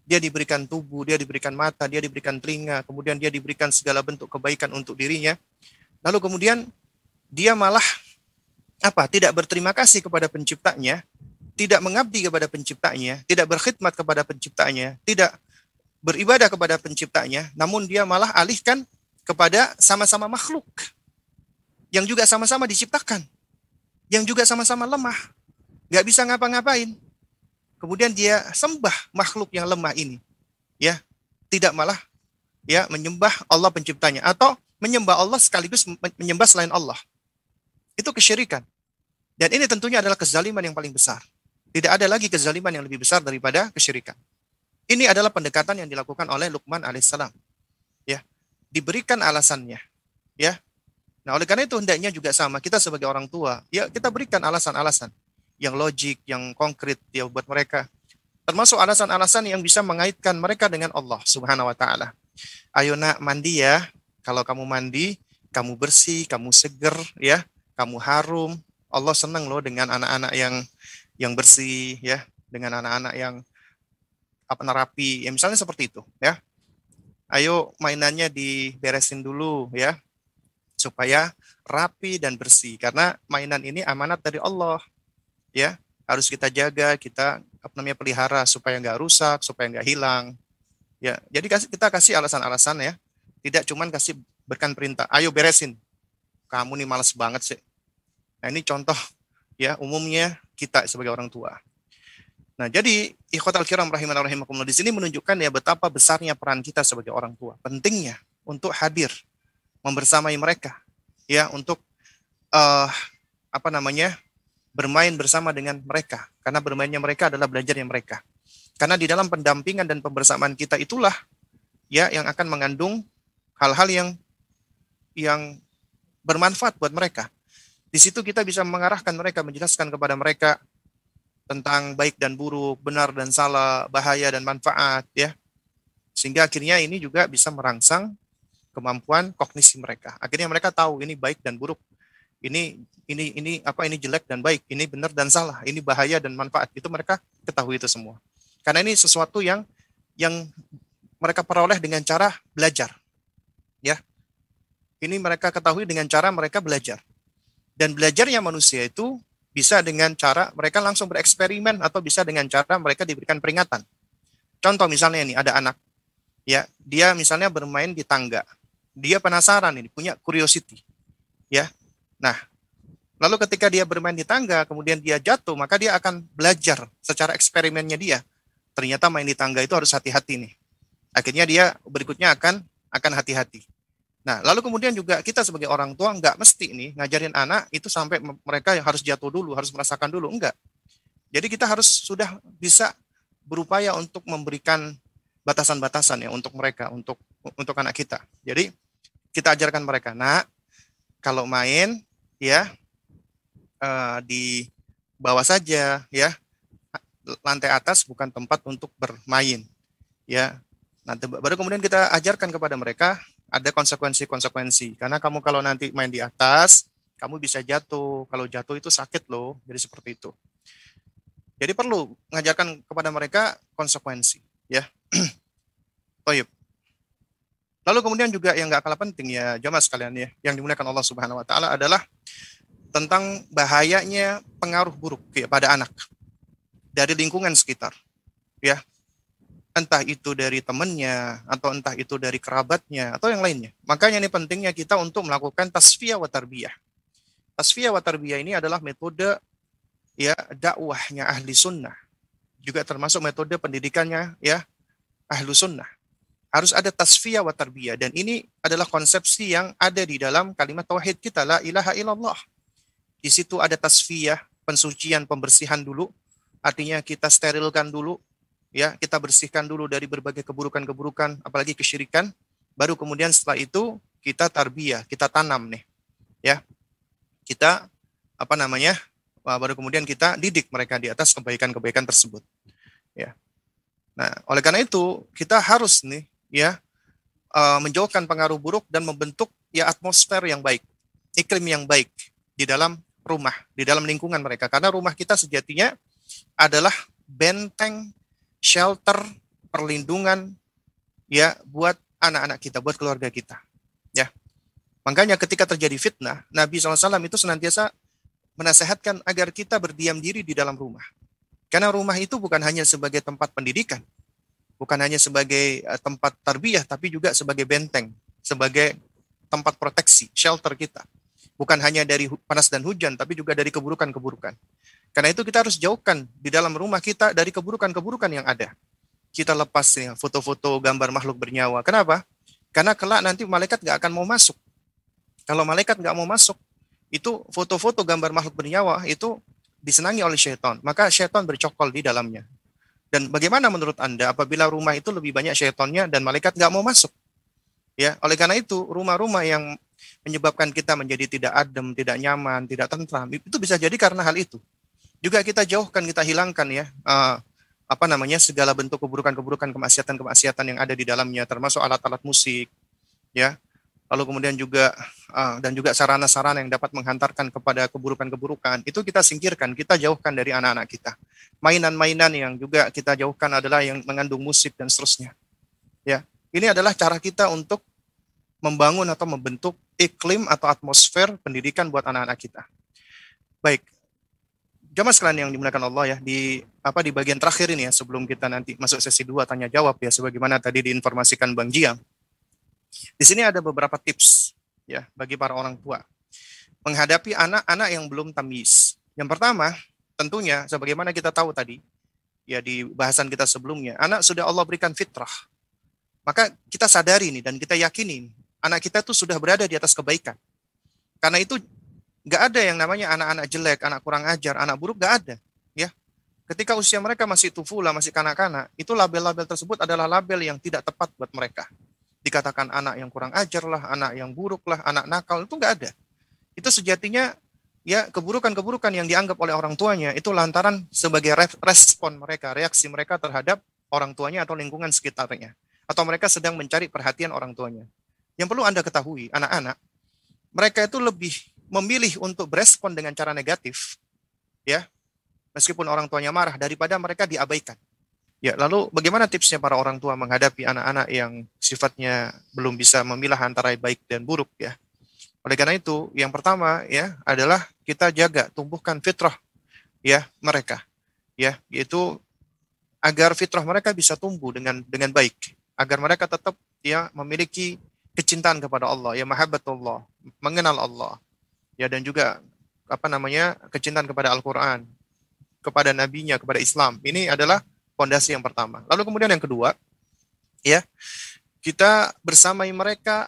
Dia diberikan tubuh, dia diberikan mata, dia diberikan telinga, kemudian dia diberikan segala bentuk kebaikan untuk dirinya. Lalu kemudian dia malah tidak berterima kasih kepada penciptanya, tidak mengabdi kepada penciptanya, tidak berkhidmat kepada penciptanya, tidak beribadah kepada penciptanya, namun dia malah alihkan kepada sama-sama makhluk yang juga sama-sama diciptakan, yang juga sama-sama lemah, nggak bisa ngapa-ngapain. Kemudian dia sembah makhluk yang lemah ini, ya, tidak malah ya menyembah Allah penciptanya, atau menyembah Allah sekaligus menyembah selain Allah. Itu kesyirikan. Dan ini tentunya adalah kezaliman yang paling besar. Tidak ada lagi kezaliman yang lebih besar daripada kesyirikan. Ini adalah pendekatan yang dilakukan oleh Luqman alaihissalam. Ya, diberikan alasannya. Ya. Nah, oleh karena itu hendaknya juga sama, kita sebagai orang tua, ya kita berikan alasan-alasan yang logik, yang konkret ya buat mereka. Termasuk alasan-alasan yang bisa mengaitkan mereka dengan Allah Subhanahu wa taala. Ayo nak mandi ya. Kalau kamu mandi, kamu bersih, kamu seger ya, kamu harum. Allah senang loh dengan anak-anak yang bersih ya, dengan anak-anak yang rapi. Ya misalnya seperti itu ya. Ayo mainannya diberesin dulu ya, supaya rapi dan bersih, karena mainan ini amanat dari Allah ya, harus kita jaga, kita pelihara supaya nggak rusak, supaya nggak hilang ya. Jadi kita kasih alasan-alasan ya, tidak cuman kasih berikan perintah, ayo beresin, kamu nih malas banget sih. Nah ini contoh ya umumnya kita sebagai orang tua. Nah jadi ikhwatal kiram rahimana rahimakumullah, di sini menunjukkan ya betapa besarnya peran kita sebagai orang tua, pentingnya untuk hadir membersamai mereka ya, untuk bermain bersama dengan mereka, karena bermainnya mereka adalah belajarnya mereka. Karena di dalam pendampingan dan pembersamaan kita itulah ya yang akan mengandung hal-hal yang bermanfaat buat mereka. Di situ kita bisa mengarahkan mereka, menjelaskan kepada mereka tentang baik dan buruk, benar dan salah, bahaya dan manfaat ya. Sehingga akhirnya ini juga bisa merangsang kemampuan kognisi mereka. Akhirnya mereka tahu ini baik dan buruk. Ini jelek dan baik, ini benar dan salah, ini bahaya dan manfaat. Itu mereka ketahui itu semua. Karena ini sesuatu yang mereka peroleh dengan cara belajar. Ya. Ini mereka ketahui dengan cara mereka belajar. Dan belajarnya manusia itu bisa dengan cara mereka langsung bereksperimen, atau bisa dengan cara mereka diberikan peringatan. Contoh misalnya ini ada anak, ya dia misalnya bermain di tangga, dia penasaran ini, punya curiosity, ya. Nah, lalu ketika dia bermain di tangga, kemudian dia jatuh, maka dia akan belajar secara eksperimennya dia. Ternyata main di tangga itu harus hati-hati nih. Akhirnya dia berikutnya akan hati-hati. Nah, lalu kemudian juga kita sebagai orang tua nggak mesti nih ngajarin anak itu sampai mereka yang harus jatuh dulu, harus merasakan dulu, enggak. Jadi kita harus sudah bisa berupaya untuk memberikan batasan-batasan ya untuk mereka, untuk anak kita. Jadi kita ajarkan mereka, nak, kalau main ya di bawah saja ya, lantai atas bukan tempat untuk bermain ya. Nanti baru kemudian kita ajarkan kepada mereka ada konsekuensi-konsekuensi. Karena kamu kalau nanti main di atas, kamu bisa jatuh. Kalau jatuh itu sakit loh. Jadi seperti itu. Jadi perlu mengajarkan kepada mereka konsekuensi. Ya. Baik. Lalu kemudian juga yang nggak kalah penting ya, jamaah sekalian ya, yang dimuliakan Allah Subhanahu Wa Taala adalah tentang bahayanya pengaruh buruk ya, pada anak dari lingkungan sekitar. Ya. Entah itu dari temannya, atau entah itu dari kerabatnya, atau yang lainnya. Makanya ini pentingnya kita untuk melakukan tasfiyah wa tarbiyah. Tasfiyah wa tarbiyah ini adalah metode ya dakwahnya ahli sunnah. Juga termasuk metode pendidikannya ya ahlu sunnah. Harus ada tasfiyah wa tarbiyah. Dan ini adalah konsepsi yang ada di dalam kalimat tauhid kita, la ilaha illallah. Di situ ada tasfiyah, pensucian, pembersihan dulu. Artinya kita sterilkan dulu. Ya, kita bersihkan dulu dari berbagai keburukan-keburukan, apalagi kesyirikan. Baru kemudian setelah itu kita tarbiyah, kita tanam nih. Ya. Kita baru kemudian kita didik mereka di atas kebaikan-kebaikan tersebut. Ya. Nah, oleh karena itu kita harus nih ya menjauhkan pengaruh buruk dan membentuk ya atmosfer yang baik, iklim yang baik di dalam rumah, di dalam lingkungan mereka. Karena rumah kita sejatinya adalah benteng, shelter, perlindungan ya buat anak-anak kita, buat keluarga kita. Ya. Makanya ketika terjadi fitnah, Nabi SAW itu senantiasa menasehatkan agar kita berdiam diri di dalam rumah. Karena rumah itu bukan hanya sebagai tempat pendidikan, bukan hanya sebagai tempat tarbiyah, tapi juga sebagai benteng, sebagai tempat proteksi, shelter kita. Bukan hanya dari panas dan hujan, tapi juga dari keburukan-keburukan. Karena itu kita harus jauhkan di dalam rumah kita dari keburukan-keburukan yang ada. Kita lepas ya, foto-foto gambar makhluk bernyawa. Kenapa? Karena kelak nanti malaikat nggak akan mau masuk. Kalau malaikat nggak mau masuk, itu foto-foto gambar makhluk bernyawa itu disenangi oleh syaitan. Maka syaitan bercokol di dalamnya. Dan bagaimana menurut Anda apabila rumah itu lebih banyak syaitannya dan malaikat nggak mau masuk? Ya, oleh karena itu rumah-rumah yang menyebabkan kita menjadi tidak adem, tidak nyaman, tidak tentram, itu bisa jadi karena hal itu. Juga kita jauhkan, kita hilangkan ya segala bentuk keburukan-keburukan, kemaksiatan-kemaksiatan yang ada di dalamnya, termasuk alat-alat musik, ya. Lalu kemudian juga dan juga sarana-sarana yang dapat menghantarkan kepada keburukan-keburukan, itu kita singkirkan, kita jauhkan dari anak-anak kita. Mainan-mainan yang juga kita jauhkan adalah yang mengandung musik dan seterusnya. Ya, ini adalah cara kita untuk membangun atau membentuk iklim atau atmosfer pendidikan buat anak-anak kita. Baik, jamaah sekalian yang dimuliakan Allah ya, di bagian terakhir ini ya, sebelum kita nanti masuk sesi 2 tanya jawab ya, sebagaimana tadi diinformasikan Bang Jiang. Di sini ada beberapa tips ya bagi para orang tua menghadapi anak-anak yang belum tamyiz. Yang pertama, tentunya sebagaimana kita tahu tadi ya di bahasan kita sebelumnya, anak sudah Allah berikan fitrah. Maka kita sadari nih dan kita yakini anak kita tuh sudah berada di atas kebaikan. Karena itu nggak ada yang namanya anak-anak jelek, anak kurang ajar, anak buruk, nggak ada. Ya, ketika usia mereka masih tufula, masih kanak-kanak, itu label-label tersebut adalah label yang tidak tepat buat mereka. Dikatakan anak yang kurang ajar lah, anak yang buruk lah, anak nakal, itu nggak ada. Itu sejatinya ya keburukan-keburukan yang dianggap oleh orang tuanya itu lantaran sebagai respon mereka, reaksi mereka terhadap orang tuanya atau lingkungan sekitarnya. Atau mereka sedang mencari perhatian orang tuanya. Yang perlu Anda ketahui, anak-anak, mereka itu lebih memilih untuk berespon dengan cara negatif, ya, meskipun orang tuanya marah, daripada mereka diabaikan. Ya, lalu bagaimana tipsnya para orang tua menghadapi anak-anak yang sifatnya belum bisa memilah antara baik dan buruk ya? Oleh karena itu, yang pertama ya adalah kita jaga, tumbuhkan fitrah ya mereka, ya, yaitu agar fitrah mereka bisa tumbuh dengan baik, agar mereka tetap ya memiliki kecintaan kepada Allah, ya mahabbatullah, mengenal Allah, ya, dan juga kecintaan kepada Al-Quran, kepada nabinya, kepada Islam. Ini adalah fondasi yang pertama. Lalu kemudian yang kedua, ya, kita bersamai mereka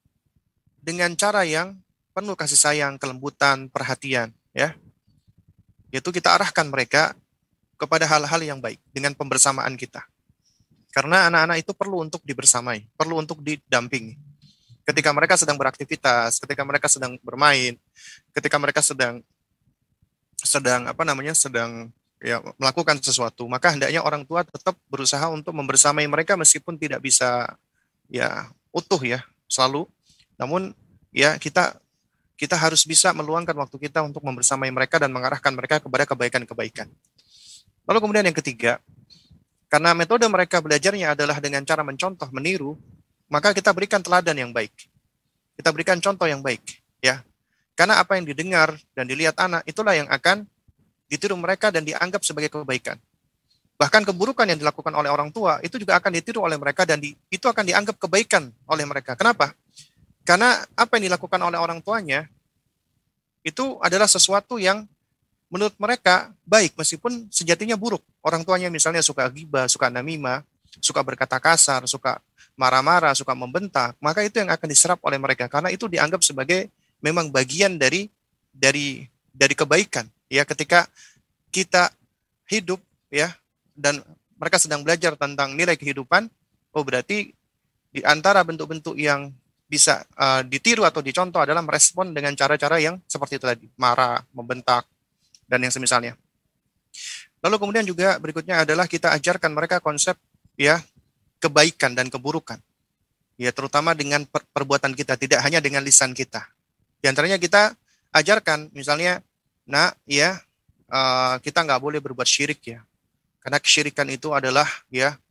dengan cara yang penuh kasih sayang, kelembutan, perhatian, ya. Yaitu kita arahkan mereka kepada hal-hal yang baik dengan pembersamaan kita. Karena anak-anak itu perlu untuk dibersamai, perlu untuk didampingi. Ketika mereka sedang beraktivitas, ketika mereka sedang bermain, ketika mereka sedang ya melakukan sesuatu, maka hendaknya orang tua tetap berusaha untuk membersamai mereka meskipun tidak bisa ya utuh ya selalu. Namun ya kita harus bisa meluangkan waktu kita untuk membersamai mereka dan mengarahkan mereka kepada kebaikan-kebaikan. Lalu kemudian yang ketiga, karena metode mereka belajarnya adalah dengan cara mencontoh, meniru, maka kita berikan teladan yang baik. Kita berikan contoh yang baik, ya. Karena apa yang didengar dan dilihat anak itulah yang akan ditiru mereka dan dianggap sebagai kebaikan. Bahkan keburukan yang dilakukan oleh orang tua itu juga akan ditiru oleh mereka dan itu akan dianggap kebaikan oleh mereka. Kenapa? Karena apa yang dilakukan oleh orang tuanya itu adalah sesuatu yang menurut mereka baik meskipun sejatinya buruk. Orang tuanya misalnya suka ghibah, suka namimah, suka berkata kasar, suka marah-marah, suka membentak, maka itu yang akan diserap oleh mereka karena itu dianggap sebagai memang bagian dari kebaikan. Ya, ketika kita hidup ya dan mereka sedang belajar tentang nilai kehidupan, oh berarti di antara bentuk-bentuk yang bisa ditiru atau dicontoh adalah merespon dengan cara-cara yang seperti itu tadi, marah, membentak, dan yang semisalnya. Lalu kemudian juga berikutnya adalah kita ajarkan mereka konsep ya kebaikan dan keburukan. Ya, terutama dengan perbuatan kita, tidak hanya dengan lisan kita. Di antaranya kita ajarkan misalnya, nah ya kita nggak boleh berbuat syirik ya. Karena kesyirikan itu adalah ya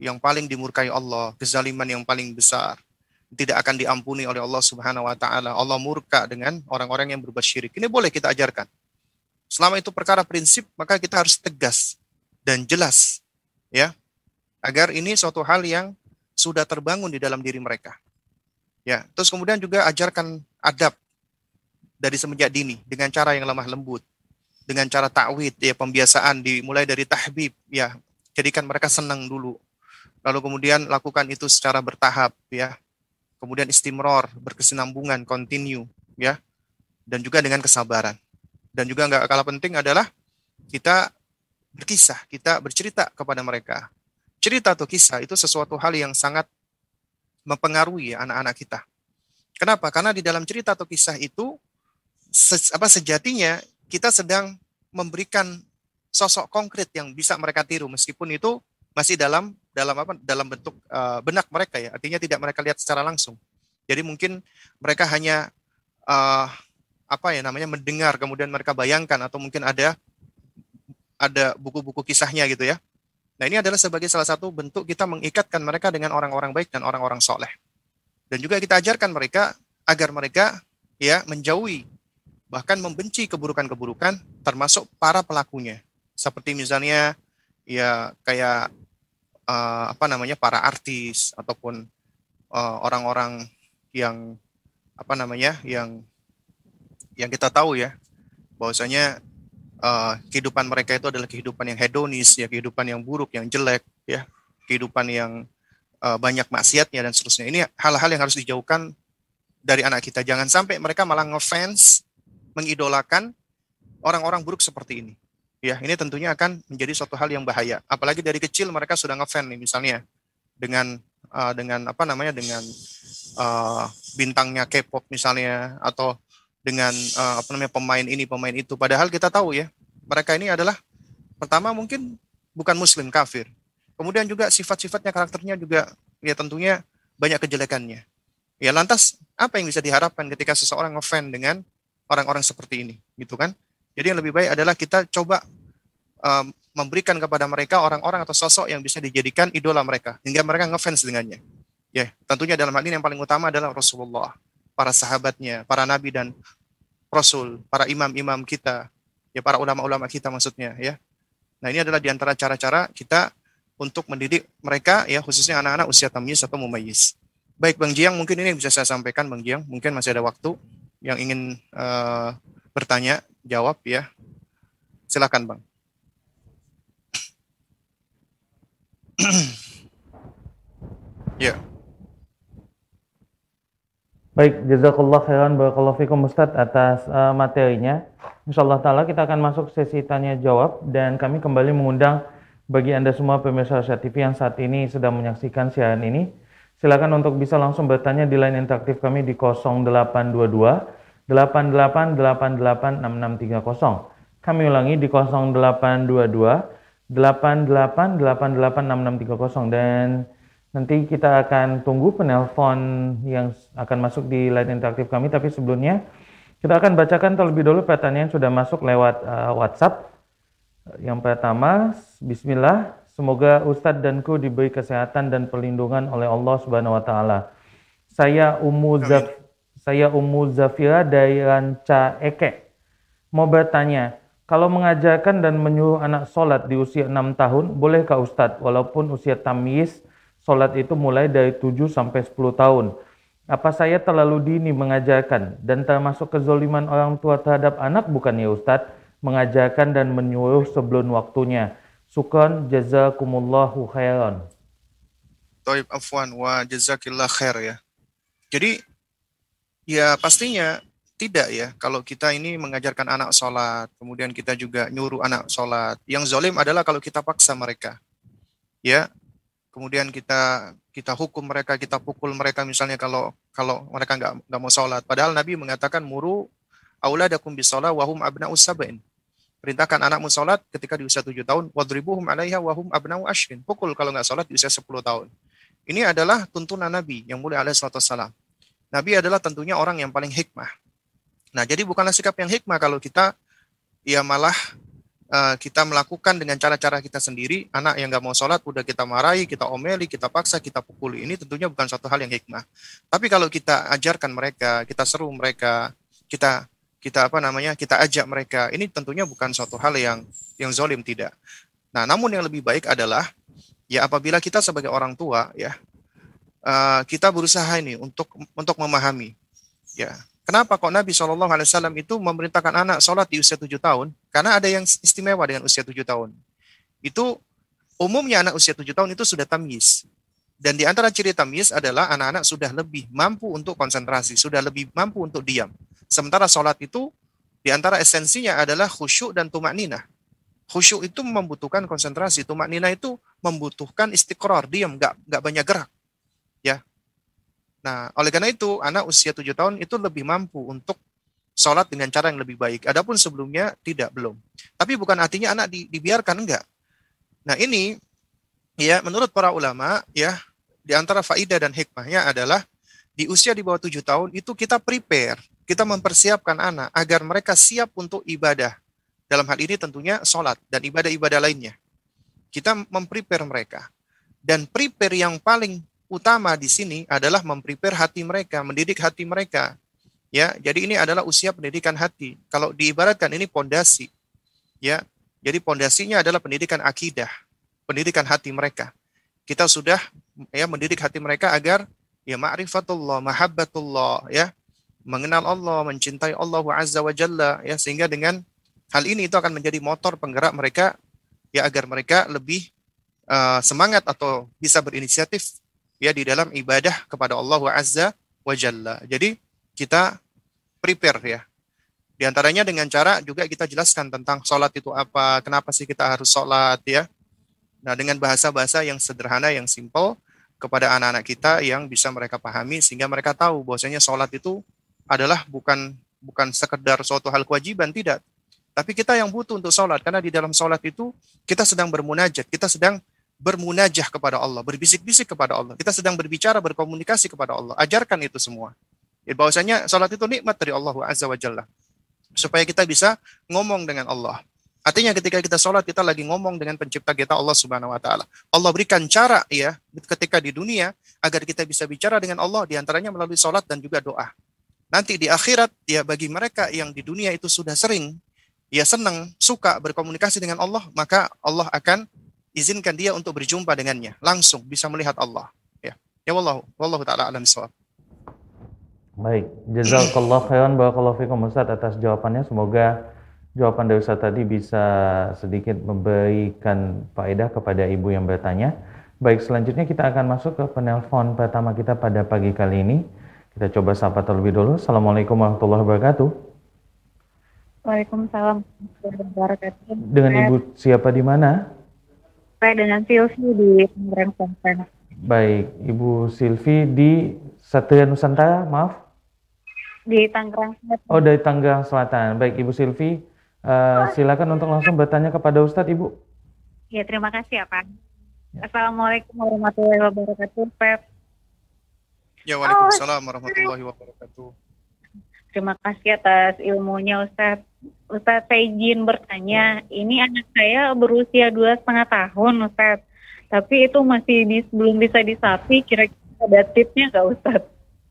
yang paling dimurkai Allah, kezaliman yang paling besar, tidak akan diampuni oleh Allah Subhanahu wa taala. Allah murka dengan orang-orang yang berbuat syirik. Ini boleh kita ajarkan. Selama itu perkara prinsip, maka kita harus tegas dan jelas, ya, agar ini suatu hal yang sudah terbangun di dalam diri mereka. Ya, terus kemudian juga ajarkan adab dari semenjak dini dengan cara yang lemah lembut, dengan cara ta'wid, ya, pembiasaan dimulai dari tahbib, ya, jadikan mereka senang dulu. Lalu kemudian lakukan itu secara bertahap, ya. Kemudian istimror, berkesinambungan, continue, ya. Dan juga dengan kesabaran. Dan juga nggak kalah penting adalah kita berkisah, kita bercerita kepada mereka. Cerita atau kisah itu sesuatu hal yang sangat mempengaruhi anak-anak kita. Kenapa? Karena di dalam cerita atau kisah itu sejatinya kita sedang memberikan sosok konkret yang bisa mereka tiru, meskipun itu masih dalam bentuk benak mereka, ya. Artinya tidak mereka lihat secara langsung. Jadi mungkin mereka hanya mendengar, kemudian mereka bayangkan, atau mungkin ada buku-buku kisahnya gitu, ya. Nah, ini adalah sebagai salah satu bentuk kita mengikatkan mereka dengan orang-orang baik dan orang-orang soleh. Dan juga kita ajarkan mereka agar mereka, ya, menjauhi bahkan membenci keburukan-keburukan termasuk para pelakunya. Seperti misalnya, ya, kayak para artis ataupun orang-orang yang yang kita tahu, ya, bahwasanya kehidupan mereka itu adalah kehidupan yang hedonis, ya, kehidupan yang buruk, yang jelek, ya, kehidupan yang banyak maksiatnya dan seterusnya. Ini hal-hal yang harus dijauhkan dari anak kita. Jangan sampai mereka malah ngefans, mengidolakan orang-orang buruk seperti ini. Ya, ini tentunya akan menjadi suatu hal yang bahaya. Apalagi dari kecil mereka sudah ngefans nih, misalnya dengan bintangnya K-pop misalnya, atau dengan pemain ini, pemain itu. Padahal kita tahu, ya, mereka ini adalah pertama mungkin bukan muslim, kafir. Kemudian juga sifat-sifatnya, karakternya juga, ya, tentunya banyak kejelekannya. Ya, lantas apa yang bisa diharapkan ketika seseorang ngefans dengan orang-orang seperti ini, gitu kan? Jadi yang lebih baik adalah kita coba memberikan kepada mereka orang-orang atau sosok yang bisa dijadikan idola mereka, hingga mereka ngefans dengannya. Ya, tentunya dalam hal ini yang paling utama adalah Rasulullah, para sahabatnya, para nabi dan rasul, para imam-imam kita, ya, para ulama-ulama kita maksudnya, ya. Nah, ini adalah diantara cara-cara kita untuk mendidik mereka, ya, khususnya anak-anak usia tamyiz atau mumayyiz. Baik, Bang Jiang, mungkin ini yang bisa saya sampaikan, Bang Jiang. Mungkin masih ada waktu yang ingin bertanya, jawab, ya. Silakan, Bang. Ya. Baik, jazakallah khairan, barakallahu fikum Ustadz atas materinya. Insyaallah ta'ala kita akan masuk sesi tanya jawab, dan kami kembali mengundang bagi Anda semua pemirsa Syah TV yang saat ini sedang menyaksikan siaran ini. Silakan untuk bisa langsung bertanya di line interaktif kami di 0822 8888 6630. Kami ulangi di 0822 8888 6630, dan nanti kita akan tunggu penelpon yang akan masuk di line interaktif kami. Tapi sebelumnya kita akan bacakan terlebih dahulu pertanyaan yang sudah masuk lewat WhatsApp. Yang pertama, bismillah, semoga Ustadz dan kru diberi kesehatan dan perlindungan oleh Allah Subhanahu wa taala. Saya Ummu Zafira dari Ranca Eke. Mau bertanya, kalau mengajarkan dan menyuruh anak sholat di usia 6 tahun, bolehkah Ustadz walaupun usia tamyiz sholat itu mulai dari 7 sampai 10 tahun? Apa saya terlalu dini mengajarkan dan termasuk kezoliman orang tua terhadap anak bukan ya Ustadz? Mengajarkan dan menyuruh sebelum waktunya. Syukran, jazakumullahu khairan. Taib, afwan wa jazakillah khair, ya. Jadi, ya, pastinya tidak, ya, kalau kita ini mengajarkan anak sholat, kemudian kita juga nyuruh anak sholat. Yang zalim adalah kalau kita paksa mereka, ya. Kemudian kita hukum mereka, kita pukul mereka misalnya kalau mereka nggak mau sholat. Padahal Nabi mengatakan muru auladakum bisolah wahum abna'us sab'in. Perintahkan anakmu sholat ketika di usia 7 tahun. Wadribuhum alaiha wahum abna'u ashrin. Pukul kalau nggak sholat di usia 10 tahun. Ini adalah tuntunan Nabi yang mulia alaihi salatu wassalam. Nabi adalah tentunya orang yang paling hikmah. Nah, jadi bukanlah sikap yang hikmah kalau kita, ya, malah kita melakukan dengan cara-cara kita sendiri, anak yang nggak mau sholat udah kita marahi, kita omeli, kita paksa, kita pukuli, ini tentunya bukan suatu hal yang hikmah. Tapi kalau kita ajarkan mereka, kita seru mereka, kita kita ajak mereka, ini tentunya bukan suatu hal yang zolim, tidak. Nah, namun yang lebih baik adalah ya apabila kita sebagai orang tua ya kita berusaha ini untuk memahami ya. Kenapa kok Nabi SAW itu memerintahkan anak sholat di usia 7 tahun? Karena ada yang istimewa dengan usia 7 tahun. Itu umumnya anak usia 7 tahun itu sudah tamyiz. Dan di antara ciri tamyiz adalah anak-anak sudah lebih mampu untuk konsentrasi, sudah lebih mampu untuk diam. Sementara sholat itu di antara esensinya adalah khusyuk dan tumakninah. Khusyuk itu membutuhkan konsentrasi, tumakninah itu membutuhkan istiqrar, diam, nggak banyak gerak. Ya. Nah, oleh karena itu, anak usia 7 tahun itu lebih mampu untuk sholat dengan cara yang lebih baik. Adapun sebelumnya, belum. Tapi bukan artinya anak dibiarkan, enggak. Nah, ini, ya, menurut para ulama, ya, di antara faidah dan hikmahnya adalah, di usia di bawah 7 tahun, itu kita prepare, kita mempersiapkan anak, agar mereka siap untuk ibadah. Dalam hal ini tentunya sholat, dan ibadah-ibadah lainnya. Kita memprepare mereka. Dan prepare yang paling utama di sini adalah memprepare hati mereka, mendidik hati mereka. Ya, jadi ini adalah usia pendidikan hati. Kalau diibaratkan ini pondasi. Ya, jadi pondasinya adalah pendidikan akidah, pendidikan hati mereka. Kita sudah ya mendidik hati mereka agar ya ma'rifatullah, mahabbatullah, ya, mengenal Allah, mencintai Allah Azza wa Jalla, ya, sehingga dengan hal ini itu akan menjadi motor penggerak mereka ya agar mereka lebih semangat atau bisa berinisiatif ya di dalam ibadah kepada Allah Azza wa Jalla. Jadi kita prepare ya. Di antaranya dengan cara juga kita jelaskan tentang sholat itu apa, kenapa sih kita harus sholat ya. Nah, dengan bahasa-bahasa yang sederhana, yang simple kepada anak-anak kita yang bisa mereka pahami sehingga mereka tahu bahwasanya sholat itu adalah bukan sekedar suatu hal kewajiban, tidak. Tapi kita yang butuh untuk sholat, karena di dalam sholat itu kita sedang bermunajat, kita sedang bermunajah kepada Allah, berbisik-bisik kepada Allah. Kita sedang berbicara, berkomunikasi kepada Allah. Ajarkan itu semua. Ya, bahwasanya salat itu nikmat dari Allah Azza wa Jalla. Supaya kita bisa ngomong dengan Allah. Artinya ketika kita salat, kita lagi ngomong dengan pencipta kita Allah Subhanahu wa taala. Allah berikan cara ya ketika di dunia agar kita bisa bicara dengan Allah, di antaranya melalui salat dan juga doa. Nanti di akhirat ya bagi mereka yang di dunia itu sudah sering ya senang, suka berkomunikasi dengan Allah, maka Allah akan izinkan dia untuk berjumpa dengannya, langsung bisa melihat Allah. Ya, ya wallahu taala alam shawab. Baik, jazakallah khairan barakallahu fikum Ustaz atas jawabannya. Semoga jawaban dari Ustaz tadi bisa sedikit memberikan faedah kepada ibu yang bertanya. Baik, selanjutnya kita akan masuk ke penelpon pertama kita pada pagi kali ini. Kita coba sapa terlebih dulu. Assalamualaikum warahmatullahi wabarakatuh. Waalaikumsalam warahmatullahi wabarakatuh. Dengan ibu siapa di mana? Saya dengan Silvi di Tangerang Selatan. Baik, Ibu Silvi di Satria Nusantara, maaf? Di Tangerang Selatan. Oh, dari Tangerang Selatan. Baik, Ibu Silvi, silakan untuk langsung bertanya kepada Ustadz, Ibu. Ya, terima kasih ya, Pak. Ya. Assalamualaikum warahmatullahi wabarakatuh, Pep. Ya, waalaikumsalam warahmatullahi wabarakatuh. Terima kasih atas ilmunya, Ustadz. Ustadz, saya izin bertanya, ini anak saya berusia 2,5 tahun, Ustadz. Tapi itu masih belum bisa disapi, kira-kira ada tipsnya nggak, Ustadz?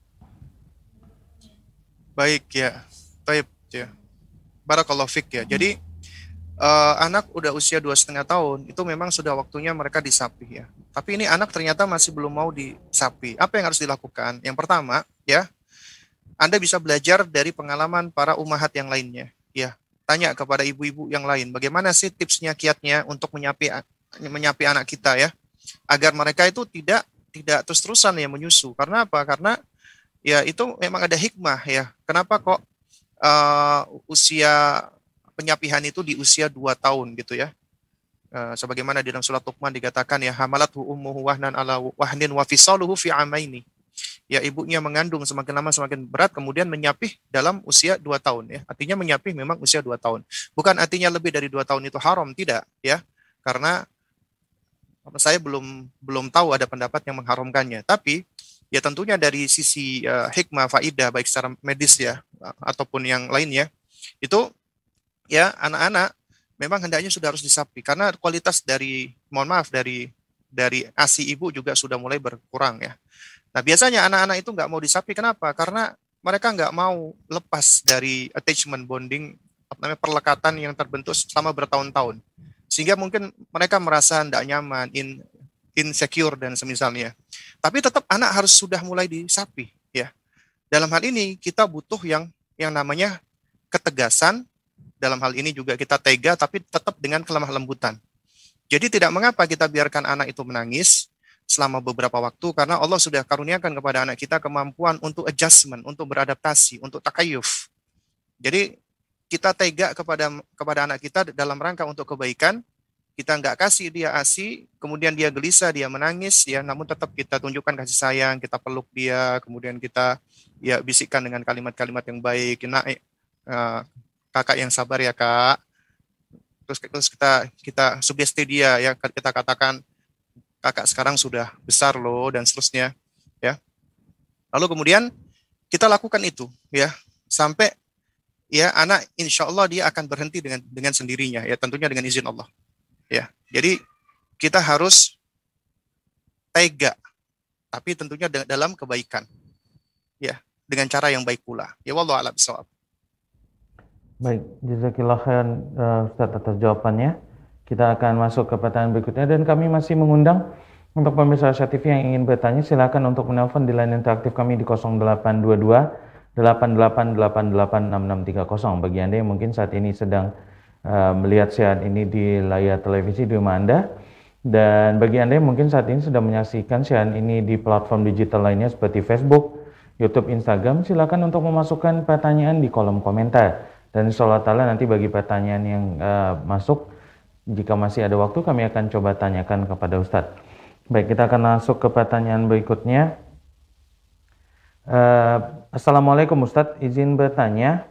Baik ya, baik ya. Barakallahu fik ya. Jadi anak udah usia 2,5 tahun, itu memang sudah waktunya mereka disapi ya. Tapi ini anak ternyata masih belum mau disapi. Apa yang harus dilakukan? Yang pertama ya, Anda bisa belajar dari pengalaman para ummahat yang lainnya. Ya, tanya kepada ibu-ibu yang lain, bagaimana sih tipsnya, kiatnya untuk menyapi anak kita ya, agar mereka itu tidak terus-terusan ya menyusu. Karena apa? Karena ya itu memang ada hikmah ya. Kenapa kok usia penyapihan itu di usia 2 tahun gitu ya? Sebagaimana di dalam surat Luqman dikatakan ya, hamalathu ummuhu wahnan ala wahnin wa fisaluhu fi amaini. Ya, ibunya mengandung semakin lama semakin berat, kemudian menyapih dalam usia 2 tahun ya. Artinya menyapih memang usia 2 tahun. Bukan artinya lebih dari 2 tahun itu haram, tidak ya. Karena saya belum tahu ada pendapat yang mengharamkannya. Tapi ya tentunya dari sisi hikmah faidah baik secara medis ya ataupun yang lainnya, itu ya anak-anak memang hendaknya sudah harus disapi karena kualitas dari dari ASI ibu juga sudah mulai berkurang ya. Nah, biasanya anak-anak itu nggak mau disapi. Kenapa? Karena mereka nggak mau lepas dari attachment bonding, apa namanya, perlekatan yang terbentuk selama bertahun-tahun. Sehingga mungkin mereka merasa tidak nyaman, insecure dan semisalnya. Tapi tetap anak harus sudah mulai disapi ya. Dalam hal ini kita butuh yang namanya ketegasan. Dalam hal ini juga kita tega tapi tetap dengan kelemah lembutan. Jadi tidak mengapa kita biarkan anak itu menangis selama beberapa waktu karena Allah sudah karuniakan kepada anak kita kemampuan untuk adjustment, untuk beradaptasi, untuk takayuf. Jadi kita tega kepada anak kita dalam rangka untuk kebaikan. Kita nggak kasih dia ASI, kemudian dia gelisah, dia menangis, ya, namun tetap kita tunjukkan kasih sayang, kita peluk dia, kemudian kita ya bisikkan dengan kalimat-kalimat yang baik, kakak yang sabar ya kak. Terus kita sugesti dia ya, kita katakan kakak sekarang sudah besar loh dan seterusnya ya. Lalu kemudian kita lakukan itu ya sampai ya anak insya Allah dia akan berhenti dengan sendirinya ya, tentunya dengan izin Allah ya. Jadi kita harus tega tapi tentunya dalam kebaikan ya, dengan cara yang baik pula ya. Wallahu a'lam bishawab. Baik, jazakillah khairan Ustaz atas jawabannya. Kita akan masuk ke pertanyaan berikutnya dan kami masih mengundang untuk pemirsa Asia TV yang ingin bertanya, silakan untuk menelpon di line interaktif kami di 0822 88886630. Bagi Anda yang mungkin saat ini sedang melihat siaran ini di layar televisi di rumah Anda, dan bagi Anda yang mungkin saat ini sedang menyaksikan siaran ini di platform digital lainnya seperti Facebook, YouTube, Instagram, silakan untuk memasukkan pertanyaan di kolom komentar. Dan insya Allah ta'ala nanti bagi pertanyaan yang masuk, jika masih ada waktu kami akan coba tanyakan kepada Ustadz. Baik, kita akan masuk ke pertanyaan berikutnya. Assalamualaikum Ustadz, izin bertanya.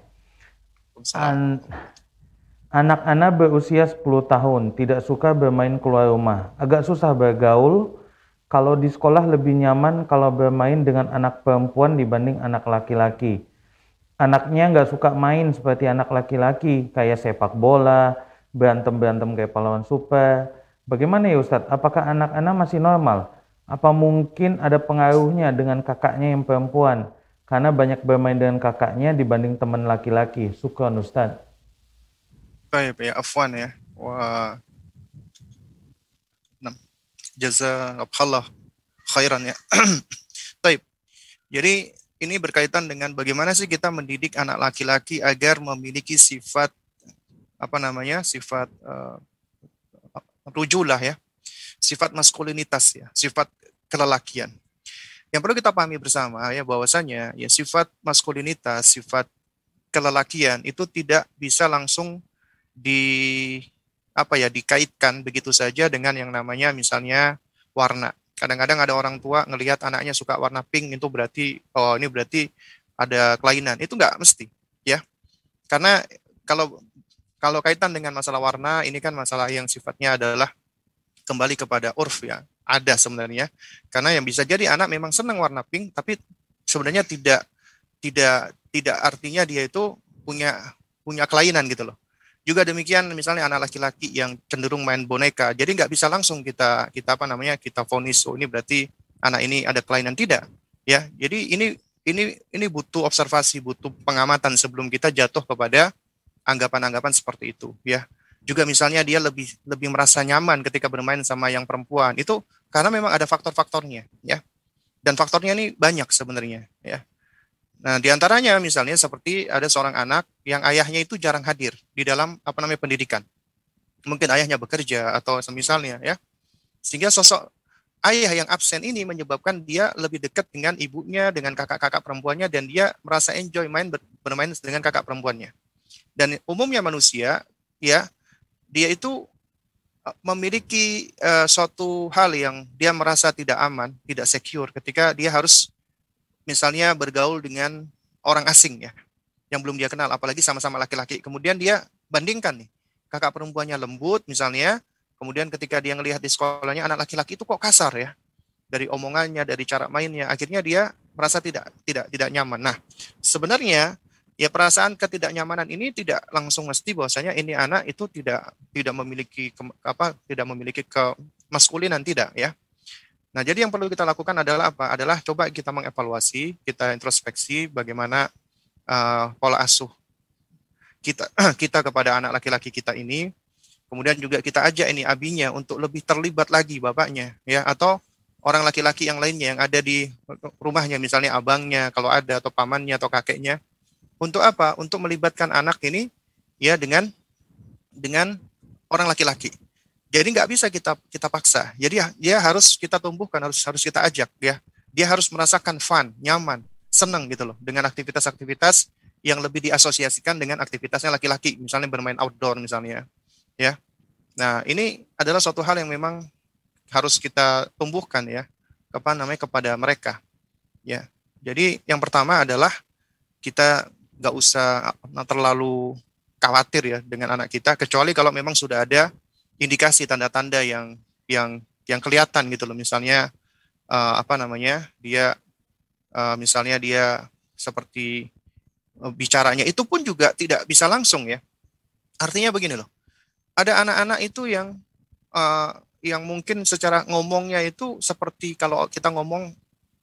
Anak-anak berusia 10 tahun tidak suka bermain keluar rumah, agak susah bergaul. Kalau di sekolah lebih nyaman kalau bermain dengan anak perempuan dibanding anak laki-laki. Anaknya nggak suka main seperti anak laki-laki, kayak sepak bola, berantem-berantem kayak pahlawan super. Bagaimana ya Ustadz? Apakah anak-anak masih normal? Apa mungkin ada pengaruhnya dengan kakaknya yang perempuan? Karena banyak bermain dengan kakaknya dibanding teman laki-laki. Syukran Ustadz. Baik ya, afwan ya. Wah. Jazakallah khairan ya. Baik. Jadi ini berkaitan dengan bagaimana sih kita mendidik anak laki-laki agar memiliki sifat sifat rujulah ya, sifat maskulinitas ya, sifat kelelakian. Yang perlu kita pahami bersama ya bahwasanya ya sifat maskulinitas, sifat kelelakian itu tidak bisa langsung dikaitkan begitu saja dengan yang namanya misalnya warna. Kadang-kadang ada orang tua ngelihat anaknya suka warna pink, itu berarti ini berarti ada kelainan. Itu nggak mesti, ya. Karena kalau kaitan dengan masalah warna, ini kan masalah yang sifatnya adalah kembali kepada urf ya. Ada sebenarnya. Karena yang bisa jadi anak memang senang warna pink, tapi sebenarnya tidak artinya dia itu punya kelainan gitu loh. Juga demikian misalnya anak laki-laki yang cenderung main boneka, jadi nggak bisa langsung kita vonis ini berarti anak ini ada kelainan, tidak ya. Jadi ini butuh observasi, butuh pengamatan sebelum kita jatuh kepada anggapan-anggapan seperti itu ya. Juga misalnya dia lebih merasa nyaman ketika bermain sama yang perempuan, itu karena memang ada faktor-faktornya ya, dan faktornya ini banyak sebenarnya ya. Nah, diantaranya misalnya seperti ada seorang anak yang ayahnya itu jarang hadir di dalam pendidikan. Mungkin ayahnya bekerja atau semisalnya ya. Sehingga sosok ayah yang absen ini menyebabkan dia lebih dekat dengan ibunya, dengan kakak-kakak perempuannya, dan dia merasa enjoy bermain dengan kakak perempuannya. Dan umumnya manusia ya, dia itu memiliki suatu hal yang dia merasa tidak aman, tidak secure ketika dia harus misalnya bergaul dengan orang asing ya, yang belum dia kenal, apalagi sama-sama laki-laki. Kemudian dia bandingkan nih, kakak perempuannya lembut misalnya, kemudian ketika dia ngelihat di sekolahnya anak laki-laki itu kok kasar ya, dari omongannya, dari cara mainnya, akhirnya dia merasa tidak nyaman. Nah, sebenarnya Ya, perasaan ketidaknyamanan ini tidak langsung mesti bahwasanya ini anak itu tidak memiliki tidak memiliki kemaskulinan, tidak ya. Nah, jadi yang perlu kita lakukan adalah apa? Adalah coba kita mengevaluasi, kita introspeksi bagaimana pola asuh kita kita kepada anak laki-laki kita ini. Kemudian juga kita ajak ini abinya untuk lebih terlibat lagi bapaknya, ya, atau orang laki-laki yang lainnya yang ada di rumahnya, misalnya abangnya kalau ada, atau pamannya atau kakeknya. Untuk apa? Untuk melibatkan anak ini ya dengan orang laki-laki. Jadi nggak bisa kita paksa. Jadi dia harus kita tumbuhkan, harus kita ajak ya. Dia harus merasakan fun, nyaman, senang gitu loh dengan aktivitas-aktivitas yang lebih diasosiasikan dengan aktivitasnya laki-laki, misalnya bermain outdoor misalnya, ya. Nah, ini adalah suatu hal yang memang harus kita tumbuhkan ya, kepada mereka, ya. Jadi yang pertama adalah kita nggak usah terlalu khawatir ya dengan anak kita, kecuali kalau memang sudah ada indikasi tanda-tanda yang kelihatan gitu loh, misalnya dia misalnya dia seperti bicaranya itu pun juga tidak bisa langsung ya. Artinya begini loh, ada anak-anak itu yang mungkin secara ngomongnya itu seperti kalau kita ngomong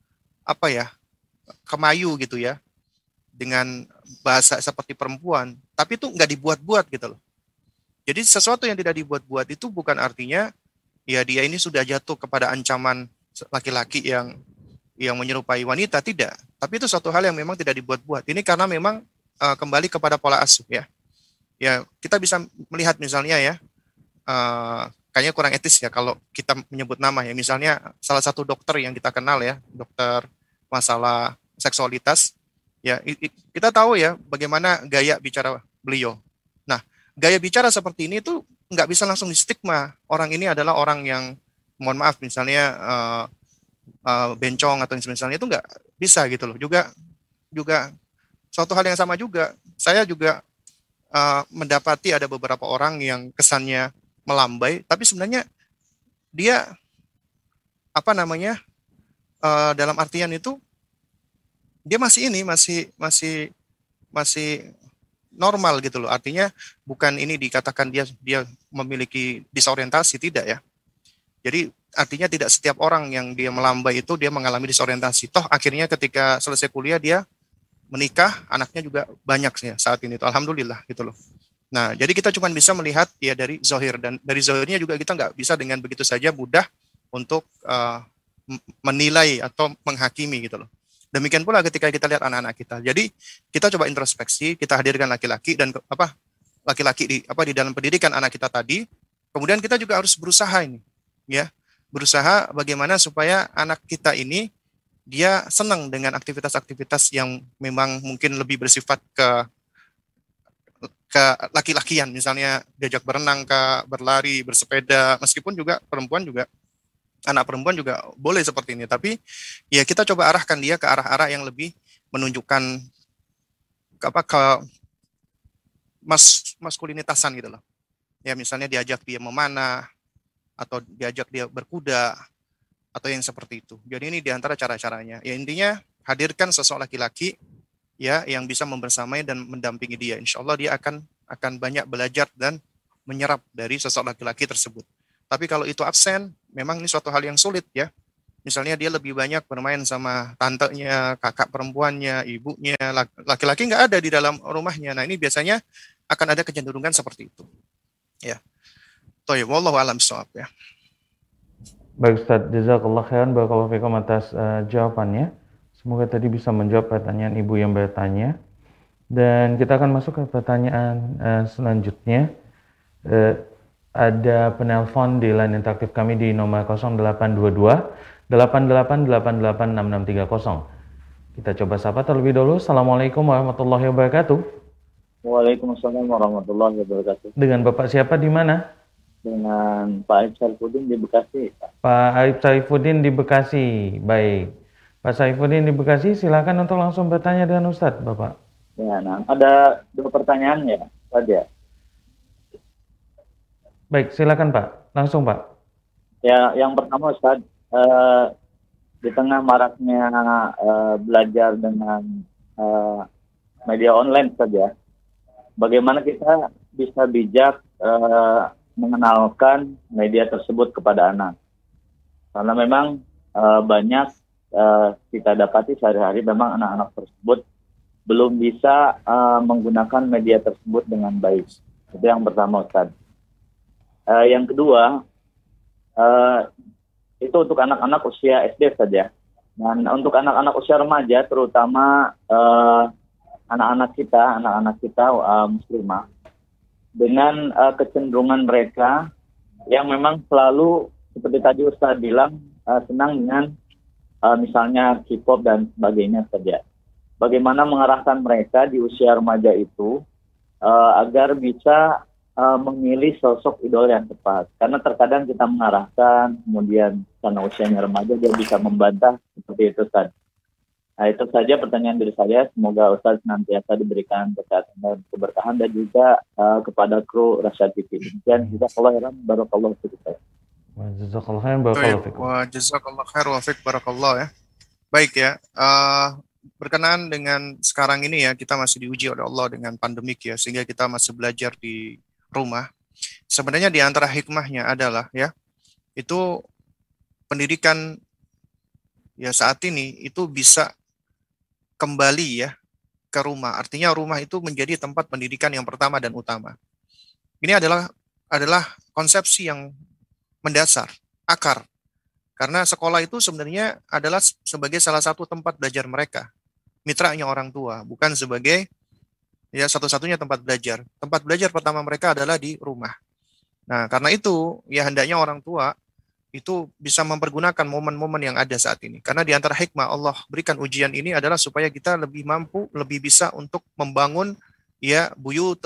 kemayu gitu ya, dengan bahasa seperti perempuan, tapi itu nggak dibuat-buat gitu loh. Jadi sesuatu yang tidak dibuat-buat itu bukan artinya ya dia ini sudah jatuh kepada ancaman laki-laki yang menyerupai wanita, tidak. Tapi itu suatu hal yang memang tidak dibuat-buat. Ini karena memang kembali kepada pola asuh ya. Ya, kita bisa melihat misalnya ya, kayaknya kurang etis ya kalau kita menyebut nama ya. Misalnya salah satu dokter yang kita kenal ya, dokter masalah seksualitas. Ya, kita tahu ya bagaimana gaya bicara beliau. Nah, gaya bicara seperti ini tuh nggak bisa langsung distigma. Orang ini adalah orang yang, mohon maaf, misalnya bencong atau misalnya, itu nggak bisa gitu loh. Juga suatu hal yang sama juga. Saya juga mendapati ada beberapa orang yang kesannya melambai, tapi sebenarnya dia dalam artian itu dia masih normal gitu loh. Artinya bukan ini dikatakan dia memiliki disorientasi, tidak ya. Jadi artinya tidak setiap orang yang dia melambai itu dia mengalami disorientasi. Toh akhirnya ketika selesai kuliah dia menikah, anaknya juga banyak ya saat ini. Alhamdulillah gitu loh. Nah, jadi kita cuma bisa melihat ya dari zahir, dan dari zahirnya juga kita nggak bisa dengan begitu saja mudah untuk menilai atau menghakimi gitu loh. Demikian pula ketika kita lihat anak-anak kita. Jadi kita coba introspeksi, kita hadirkan laki-laki dan laki-laki di dalam pendidikan anak kita tadi. Kemudian kita juga harus berusaha ini, ya, berusaha bagaimana supaya anak kita ini dia senang dengan aktivitas-aktivitas yang memang mungkin lebih bersifat ke laki-lakian, misalnya diajak berenang, berlari, bersepeda, meskipun juga anak perempuan juga boleh seperti ini, tapi ya kita coba arahkan dia ke arah-arah yang lebih menunjukkan maskulinitasan gitu loh. Ya, misalnya diajak dia memanah, atau diajak dia berkuda, atau yang seperti itu. Jadi ini diantara cara-caranya. Ya, intinya hadirkan sosok laki-laki ya yang bisa membersamai dan mendampingi dia. Insya Allah dia akan banyak belajar dan menyerap dari sosok laki-laki tersebut. Tapi kalau itu absen, memang ini suatu hal yang sulit ya. Misalnya dia lebih banyak bermain sama tantenya, kakak perempuannya, ibunya, laki-laki nggak ada di dalam rumahnya. Nah, ini biasanya akan ada kecenderungan seperti itu. Ya. Thayyib, wallahu a'lam bishawab ya. Baik Ustaz, jazakallah khairan, barakallahu fikum atas jawabannya. Semoga tadi bisa menjawab pertanyaan ibu yang bertanya. Dan kita akan masuk ke pertanyaan selanjutnya. Ada penelpon di line interaktif kami di nomor 0822 8888 6630. Kita coba sapa terlebih dahulu. Assalamualaikum warahmatullahi wabarakatuh. Waalaikumsalam warahmatullahi wabarakatuh. Dengan Bapak siapa di mana? Dengan Pak Aib Saifuddin di Bekasi. Pak Aib Saifuddin di Bekasi. Baik. Pak Saifuddin di Bekasi, silakan untuk langsung bertanya dengan Ustadz, Bapak. Ya, nah, ada 2 pertanyaan ya, Pak. Baik, silakan Pak. Langsung Pak. Ya, yang pertama Ustaz, di tengah maraknya belajar dengan media online saja. Bagaimana kita bisa bijak mengenalkan media tersebut kepada anak? Karena memang banyak kita dapati sehari-hari memang anak-anak tersebut belum bisa menggunakan media tersebut dengan baik. Itu yang pertama, Ustaz. Yang kedua, itu untuk anak-anak usia SD saja. Dan untuk anak-anak usia remaja, terutama anak-anak kita muslimah, dengan kecenderungan mereka yang memang selalu seperti tadi Ustaz bilang senang dengan misalnya K-pop dan sebagainya saja. Bagaimana mengarahkan mereka di usia remaja itu agar bisa memilih sosok idol yang tepat. Karena terkadang kita mengarahkan, kemudian karena usianya remaja dia bisa membantah seperti itu, Ustaz. Nah, itu saja pertanyaan dari saya. Semoga Ustaz senantiasa diberikan kesehatan dan keberkahan, dan juga kepada kru Rasyad TV. Demikian, jazakallahu khairan, barakallahu fiik. Jazakallahu khairan, barakallahu fiik. Wa jazakallahu khairan wa fiik barakallahu ya. Baik ya. Berkenaan dengan sekarang ini ya, kita masih diuji oleh Allah dengan pandemik ya, sehingga kita masih belajar di rumah. Sebenarnya di antara hikmahnya adalah ya, itu pendidikan ya saat ini itu bisa kembali ya ke rumah. Artinya rumah itu menjadi tempat pendidikan yang pertama dan utama. Ini adalah konsepsi yang mendasar, akar. Karena sekolah itu sebenarnya adalah sebagai salah satu tempat belajar mereka, mitranya orang tua, bukan sebagai ya satu-satunya tempat belajar. Tempat belajar pertama mereka adalah di rumah. Nah, karena itu ya hendaknya orang tua itu bisa mempergunakan momen-momen yang ada saat ini. Karena di antara hikmah Allah berikan ujian ini adalah supaya kita lebih mampu, lebih bisa untuk membangun ya buyut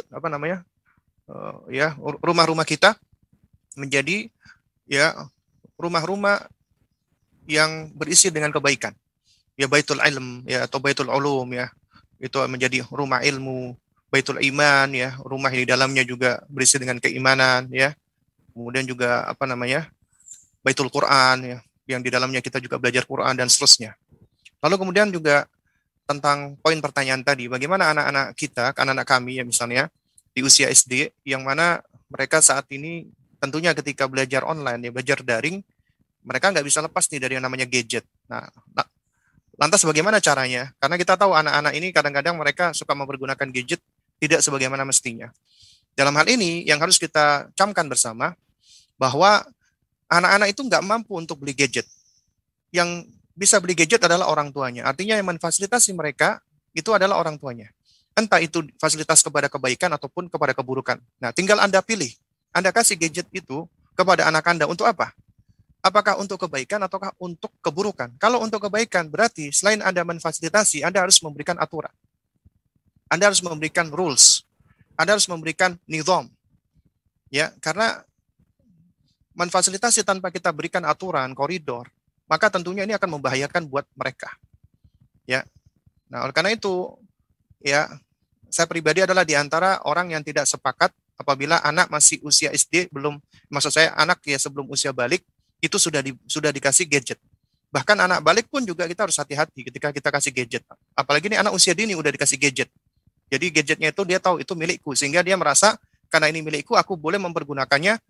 ya rumah-rumah kita menjadi ya rumah-rumah yang berisi dengan kebaikan. Ya baitul ilm ya atau baitul ulum ya. Itu menjadi rumah ilmu, baitul iman ya, rumah yang di dalamnya juga berisi dengan keimanan ya. Kemudian juga baitul Quran ya, yang di dalamnya kita juga belajar Quran dan seterusnya. Lalu kemudian juga tentang poin pertanyaan tadi, bagaimana anak-anak kita, anak-anak kami ya misalnya di usia SD, yang mana mereka saat ini tentunya ketika belajar online ya, belajar daring, mereka nggak bisa lepas nih dari yang namanya gadget. Nah, lantas bagaimana caranya? Karena kita tahu anak-anak ini kadang-kadang mereka suka mempergunakan gadget tidak sebagaimana mestinya. Dalam hal ini yang harus kita camkan bersama bahwa anak-anak itu nggak mampu untuk beli gadget. Yang bisa beli gadget adalah orang tuanya. Artinya yang memfasilitasi mereka itu adalah orang tuanya. Entah itu fasilitas kepada kebaikan ataupun kepada keburukan. Nah, tinggal Anda pilih. Anda kasih gadget itu kepada anak Anda untuk apa? Apakah untuk kebaikan ataukah untuk keburukan? Kalau untuk kebaikan, berarti selain Anda memfasilitasi, Anda harus memberikan aturan. Anda harus memberikan rules. Anda harus memberikan nizam. Ya, karena memfasilitasi tanpa kita berikan aturan, koridor, maka tentunya ini akan membahayakan buat mereka. Ya. Nah, oleh karena itu, ya, saya pribadi adalah di antara orang yang tidak sepakat apabila anak masih usia SD, maksud saya anak ya sebelum usia balik, itu sudah dikasih gadget. Bahkan anak balik pun juga kita harus hati-hati ketika kita kasih gadget. Apalagi ini anak usia dini udah dikasih gadget. Jadi gadgetnya itu dia tahu itu milikku, sehingga dia merasa karena ini milikku, aku boleh mempergunakannya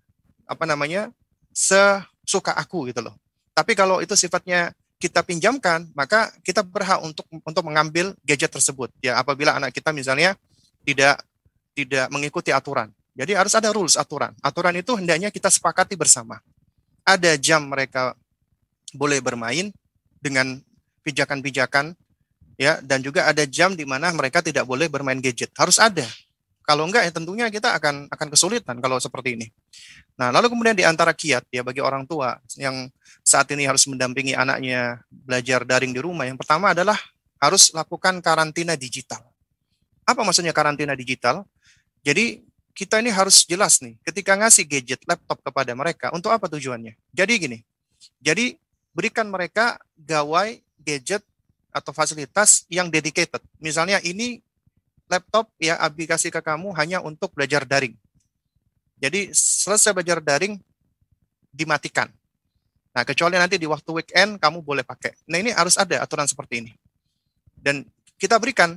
sesuka aku gitu loh. Tapi kalau itu sifatnya kita pinjamkan, maka kita berhak untuk mengambil gadget tersebut. Ya, apabila anak kita misalnya tidak mengikuti aturan. Jadi harus ada rules, aturan. Aturan itu hendaknya kita sepakati bersama. Ada jam mereka boleh bermain dengan pijakan-pijakan ya, dan juga ada jam di mana mereka tidak boleh bermain gadget. Harus ada. Kalau enggak ya tentunya kita akan kesulitan kalau seperti ini. Nah, lalu kemudian di antara kiat ya bagi orang tua yang saat ini harus mendampingi anaknya belajar daring di rumah, yang pertama adalah harus lakukan karantina digital. Apa maksudnya karantina digital? Jadi kita ini harus jelas nih, ketika ngasih gadget, laptop kepada mereka, untuk apa tujuannya? Jadi gini, jadi berikan mereka gawai gadget atau fasilitas yang dedicated. Misalnya ini laptop ya Abi kasih ke kamu hanya untuk belajar daring. Jadi selesai belajar daring, dimatikan. Nah, kecuali nanti di waktu weekend kamu boleh pakai. Nah, ini harus ada aturan seperti ini. Dan kita berikan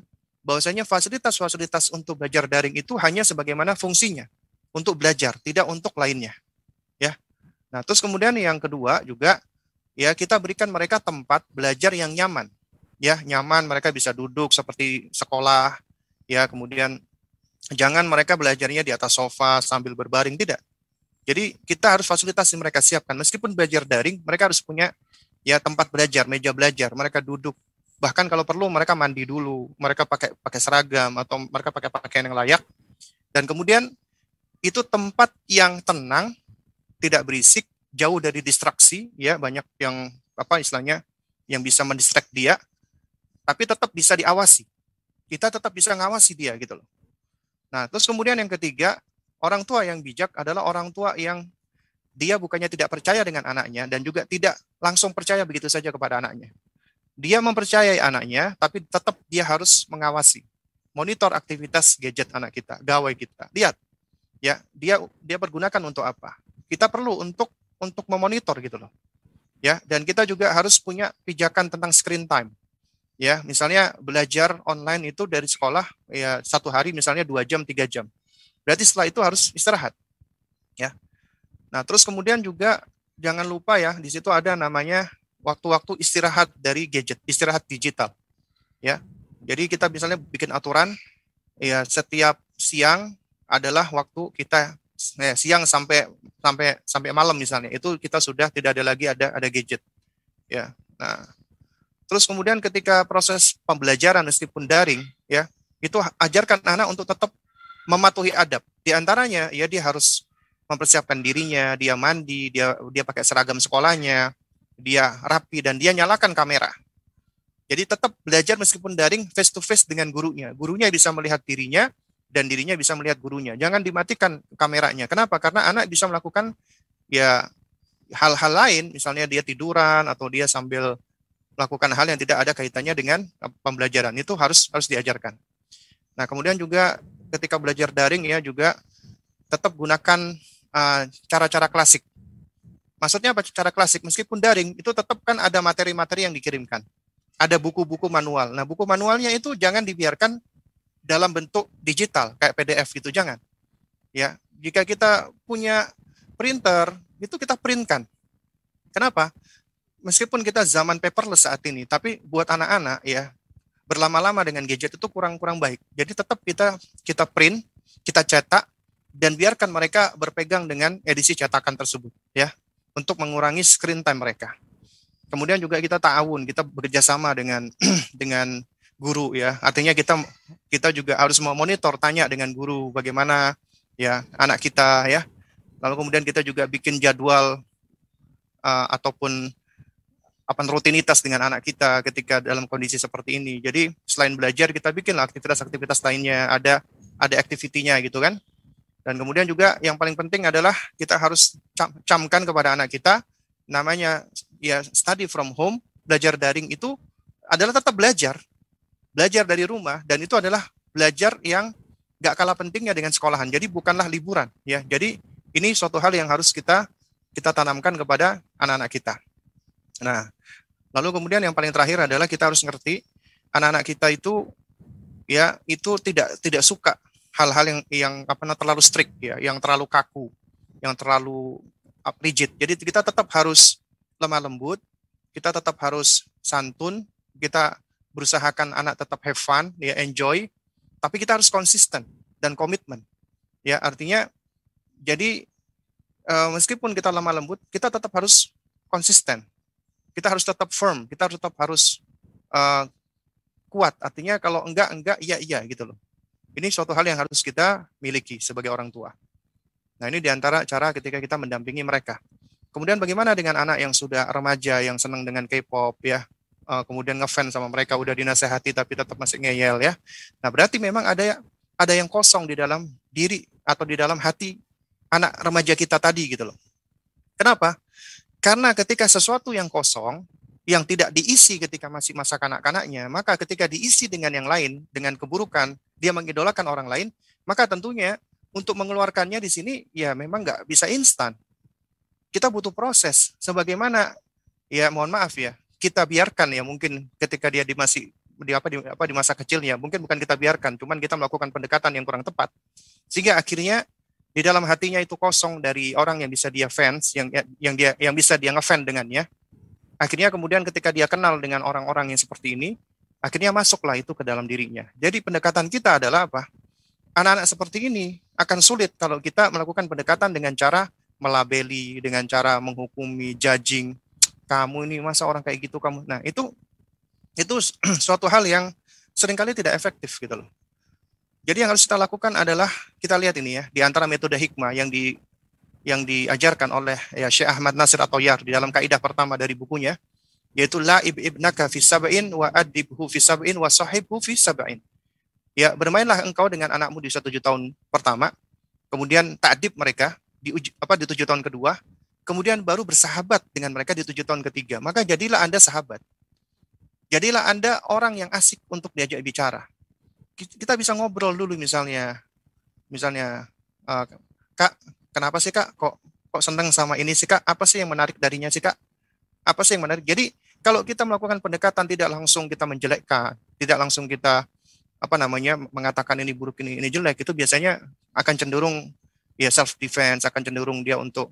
bahwasanya fasilitas-fasilitas untuk belajar daring itu hanya sebagaimana fungsinya, untuk belajar, tidak untuk lainnya. Ya. Nah, terus kemudian yang kedua juga, ya kita berikan mereka tempat belajar yang nyaman. Ya, nyaman, mereka bisa duduk seperti sekolah, ya, kemudian jangan mereka belajarnya di atas sofa sambil berbaring, tidak. Jadi kita harus fasilitasi mereka siapkan. Meskipun belajar daring, mereka harus punya ya tempat belajar, meja belajar, mereka duduk. Bahkan kalau perlu mereka mandi dulu, mereka pakai seragam atau mereka pakai pakaian yang layak. Dan kemudian itu tempat yang tenang, tidak berisik, jauh dari distraksi, ya banyak yang apa istilahnya yang bisa mendistract dia, tapi tetap bisa diawasi. Kita tetap bisa ngawasi dia gitu loh. Nah, terus kemudian yang ketiga, orang tua yang bijak adalah orang tua yang dia bukannya tidak percaya dengan anaknya dan juga tidak langsung percaya begitu saja kepada anaknya. Dia mempercayai anaknya, tapi tetap dia harus mengawasi, monitor aktivitas gadget anak kita, gawai kita. Lihat, ya dia pergunakan untuk apa? Kita perlu untuk memonitor gitu loh, ya. Dan kita juga harus punya pijakan tentang screen time, ya. Misalnya belajar online itu dari sekolah, ya 1 hari misalnya 2 jam, 3 jam. Berarti setelah itu harus istirahat, ya. Nah, terus kemudian juga jangan lupa ya, di situ ada namanya waktu-waktu istirahat dari gadget, istirahat digital, ya. Jadi kita misalnya bikin aturan, ya setiap siang adalah waktu kita siang sampai malam misalnya, itu kita sudah tidak ada lagi ada gadget, ya. Nah, terus kemudian ketika proses pembelajaran meskipun daring, ya itu ajarkan anak untuk tetap mematuhi adab. Di antaranya, ya dia harus mempersiapkan dirinya, dia mandi, dia pakai seragam sekolahnya, dia rapi, dan dia nyalakan kamera. Jadi tetap belajar meskipun daring, face to face dengan gurunya. Gurunya bisa melihat dirinya, dan dirinya bisa melihat gurunya. Jangan dimatikan kameranya. Kenapa? Karena anak bisa melakukan ya hal-hal lain, misalnya dia tiduran, atau dia sambil melakukan hal yang tidak ada kaitannya dengan pembelajaran. Itu harus diajarkan. Nah, kemudian juga ketika belajar daring ya juga tetap gunakan cara-cara klasik. Maksudnya apa cara klasik? Meskipun daring, itu tetap kan ada materi-materi yang dikirimkan. Ada buku-buku manual. Nah, buku manualnya itu jangan dibiarkan dalam bentuk digital, kayak PDF gitu, jangan. Ya, jika kita punya printer, itu kita printkan. Kenapa? Meskipun kita zaman paperless saat ini, tapi buat anak-anak ya, berlama-lama dengan gadget itu kurang baik. Jadi tetap kita print, kita cetak, dan biarkan mereka berpegang dengan edisi cetakan tersebut, ya, untuk mengurangi screen time mereka. Kemudian juga kita ta'awun, kita bekerja sama dengan dengan guru, ya. Artinya kita juga harus memonitor, tanya dengan guru bagaimana ya anak kita, ya. Lalu kemudian kita juga bikin jadwal ataupun rutinitas dengan anak kita ketika dalam kondisi seperti ini. Jadi selain belajar, kita bikinlah aktivitas-aktivitas lainnya, ada activity-nya gitu kan. Dan kemudian juga yang paling penting adalah kita harus camkan kepada anak kita, namanya ya study from home, belajar daring itu adalah tetap belajar dari rumah, dan itu adalah belajar yang gak kalah pentingnya dengan sekolahan. Jadi bukanlah liburan, ya. Jadi ini suatu hal yang harus kita tanamkan kepada anak-anak kita. Nah, lalu kemudian yang paling terakhir adalah kita harus ngerti anak-anak kita itu ya itu tidak suka hal-hal yang terlalu strict, ya, yang terlalu kaku, yang terlalu rigid. Jadi kita tetap harus lemah lembut, kita tetap harus santun, kita berusahakan anak tetap have fun, ya, enjoy, tapi kita harus konsisten dan komitmen. Ya, artinya jadi meskipun kita lemah lembut, kita tetap harus konsisten. Kita harus tetap firm, kita harus tetap kuat. Artinya kalau enggak, iya gitu loh. Ini suatu hal yang harus kita miliki sebagai orang tua. Nah, ini diantara cara ketika kita mendampingi mereka. Kemudian bagaimana dengan anak yang sudah remaja, yang senang dengan K-pop, ya, kemudian ngefans sama mereka, udah dinasehati tapi tetap masih ngeyel, ya. Nah, berarti memang ada yang kosong di dalam diri atau di dalam hati anak remaja kita tadi gitu loh. Kenapa? Karena ketika sesuatu yang kosong, yang tidak diisi ketika masih masa kanak-kanaknya, maka ketika diisi dengan yang lain, dengan keburukan, dia mengidolakan orang lain, maka tentunya untuk mengeluarkannya di sini, ya memang nggak bisa instan. Kita butuh proses. Sebagaimana, ya mohon maaf ya, kita biarkan ya mungkin ketika dia masih di masa kecilnya. Mungkin bukan kita biarkan, cuman kita melakukan pendekatan yang kurang tepat. Sehingga akhirnya di dalam hatinya itu kosong dari orang yang bisa dia fans, yang bisa dia ngefans dengannya. Akhirnya kemudian ketika dia kenal dengan orang-orang yang seperti ini, akhirnya masuklah itu ke dalam dirinya. Jadi pendekatan kita adalah apa? Anak-anak seperti ini akan sulit kalau kita melakukan pendekatan dengan cara melabeli, dengan cara menghukumi, judging. Kamu ini masa orang kayak gitu kamu. Nah, itu suatu hal yang seringkali tidak efektif gitu loh. Jadi yang harus kita lakukan adalah kita lihat ini ya, di antara metode hikmah yang diajarkan oleh ya Syekh Ahmad Nasir At-Tayyar di dalam kaidah pertama dari bukunya, yaitu la'ib ibnaka fi sab'in wa adibhu fi sab'in wa sahibhu fi sab'in. Ya, bermainlah engkau dengan anakmu di 7 tahun pertama, kemudian ta'dib mereka di 7 tahun kedua, kemudian baru bersahabat dengan mereka di 7 tahun ketiga. Maka jadilah Anda sahabat. Jadilah Anda orang yang asik untuk diajak bicara. Kita bisa ngobrol dulu misalnya, Kak, kenapa sih Kak kok seneng sama ini sih Kak? Apa sih yang menarik darinya sih Kak? Apa sih yang menarik? Jadi kalau kita melakukan pendekatan tidak langsung kita menjelekkan, tidak langsung kita mengatakan ini buruk, ini jelek, itu biasanya akan cenderung ya self defense, akan cenderung dia untuk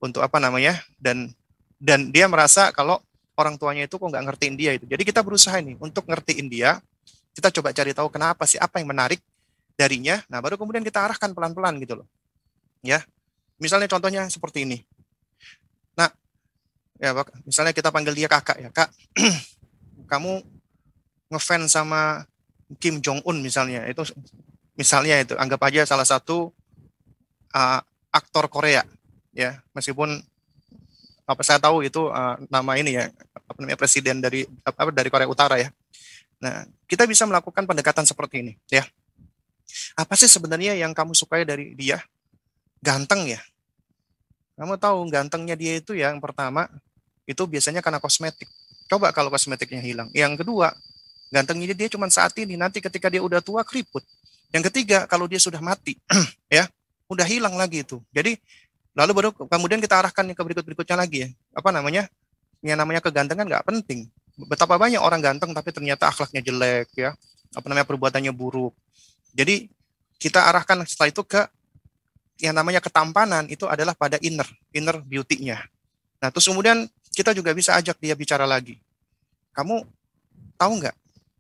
dan dia merasa kalau orang tuanya itu kok nggak ngertiin dia itu. Jadi kita berusaha ini untuk ngertiin dia, kita coba cari tahu kenapa sih, apa yang menarik darinya. Nah, baru kemudian kita arahkan pelan-pelan gitu loh. Ya. Misalnya contohnya seperti ini. Nah, ya misalnya kita panggil dia kakak ya, Kak. Kamu ngefans sama Kim Jong Un misalnya, itu anggap aja salah satu aktor Korea ya, meskipun saya tahu itu nama ini ya, presiden dari Korea Utara ya. Nah, kita bisa melakukan pendekatan seperti ini ya. Apa sih sebenarnya yang kamu sukai dari dia? Ganteng ya. Kamu tahu gantengnya dia itu yang pertama itu biasanya karena kosmetik. Coba kalau kosmetiknya hilang. Yang kedua, gantengnya dia cuma saat ini, nanti ketika dia udah tua keriput. Yang ketiga, kalau dia sudah mati, ya, udah hilang lagi itu. Jadi, lalu baru kemudian kita arahkan ke berikutnya lagi ya. Yang namanya kegantengan nggak penting. Betapa banyak orang ganteng tapi ternyata akhlaknya jelek ya. Perbuatannya buruk. Jadi, kita arahkan setelah itu ke yang namanya ketampanan, itu adalah pada inner beauty-nya. Nah, terus kemudian kita juga bisa ajak dia bicara lagi. Kamu tahu nggak?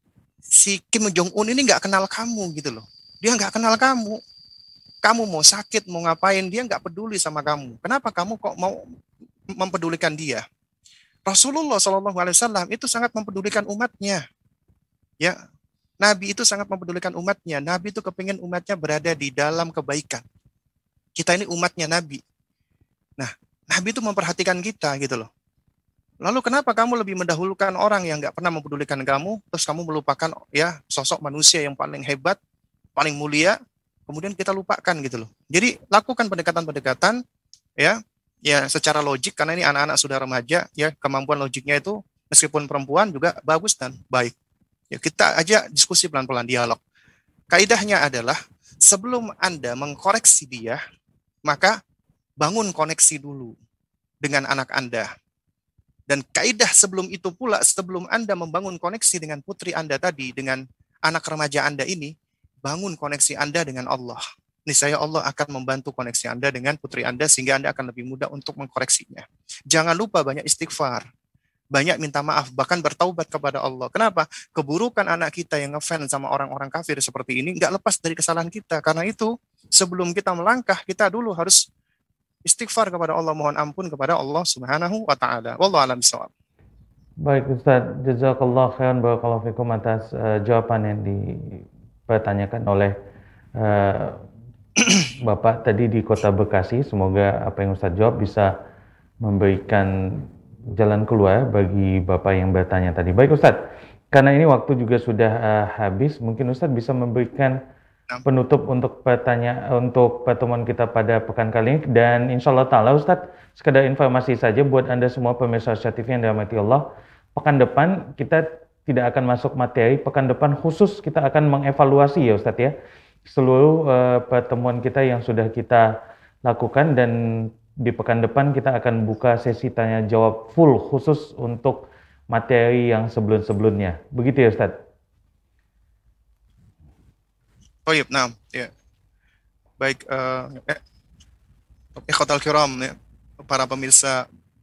Si Kim Jong Un ini nggak kenal kamu gitu loh. Dia nggak kenal kamu. Kamu mau sakit, mau ngapain, dia nggak peduli sama kamu. Kenapa kamu kok mau mempedulikan dia? Rasulullah SAW itu sangat mempedulikan umatnya. Ya, Nabi itu sangat mempedulikan umatnya. Nabi itu kepingin umatnya berada di dalam kebaikan. Kita ini umatnya Nabi. Nah, Nabi itu memperhatikan kita gitu loh. Lalu kenapa kamu lebih mendahulukan orang yang nggak pernah mempedulikan kamu, terus kamu melupakan ya sosok manusia yang paling hebat, paling mulia, kemudian kita lupakan gitu loh. Jadi lakukan pendekatan-pendekatan ya secara logik, karena ini anak-anak sudah remaja ya, kemampuan logiknya itu meskipun perempuan juga bagus dan baik. Ya kita aja diskusi pelan-pelan, dialog. Kaidahnya adalah sebelum Anda mengkoreksi dia, maka bangun koneksi dulu dengan anak Anda. Dan kaidah sebelum itu pula, sebelum Anda membangun koneksi dengan putri Anda tadi, dengan anak remaja Anda ini, bangun koneksi Anda dengan Allah. Niscaya Allah akan membantu koneksi Anda dengan putri Anda, sehingga Anda akan lebih mudah untuk mengkoreksinya. Jangan lupa banyak istighfar, banyak minta maaf, bahkan bertaubat kepada Allah. Kenapa? Keburukan anak kita yang ngefans sama orang-orang kafir seperti ini nggak lepas dari kesalahan kita. Karena itu, sebelum kita melangkah, kita dulu harus istighfar kepada Allah, mohon ampun kepada Allah Subhanahu wa taala. Wallahu a'lam bishawab. Baik Ustaz, jazakallah khairan barakallahu fikum atas jawaban yang dipertanyakan oleh Bapak tadi di Kota Bekasi. Semoga apa yang Ustaz jawab bisa memberikan jalan keluar bagi Bapak yang bertanya tadi. Baik Ustaz, karena ini waktu juga sudah habis, mungkin Ustaz bisa memberikan penutup untuk pertemuan kita pada pekan kali ini. Dan insya Allah ta'ala Ustadz, sekedar informasi saja buat Anda semua pemirsa Syah TV yang dirahmati Allah, pekan depan kita tidak akan masuk materi, pekan depan khusus kita akan mengevaluasi ya Ustadz ya, seluruh pertemuan kita yang sudah kita lakukan, dan di pekan depan kita akan buka sesi tanya jawab full khusus untuk materi yang sebelum-sebelumnya. Begitu ya Ustadz? Baik, nah, ya. Baik, ikhwatal kiram, ya, para pemirsa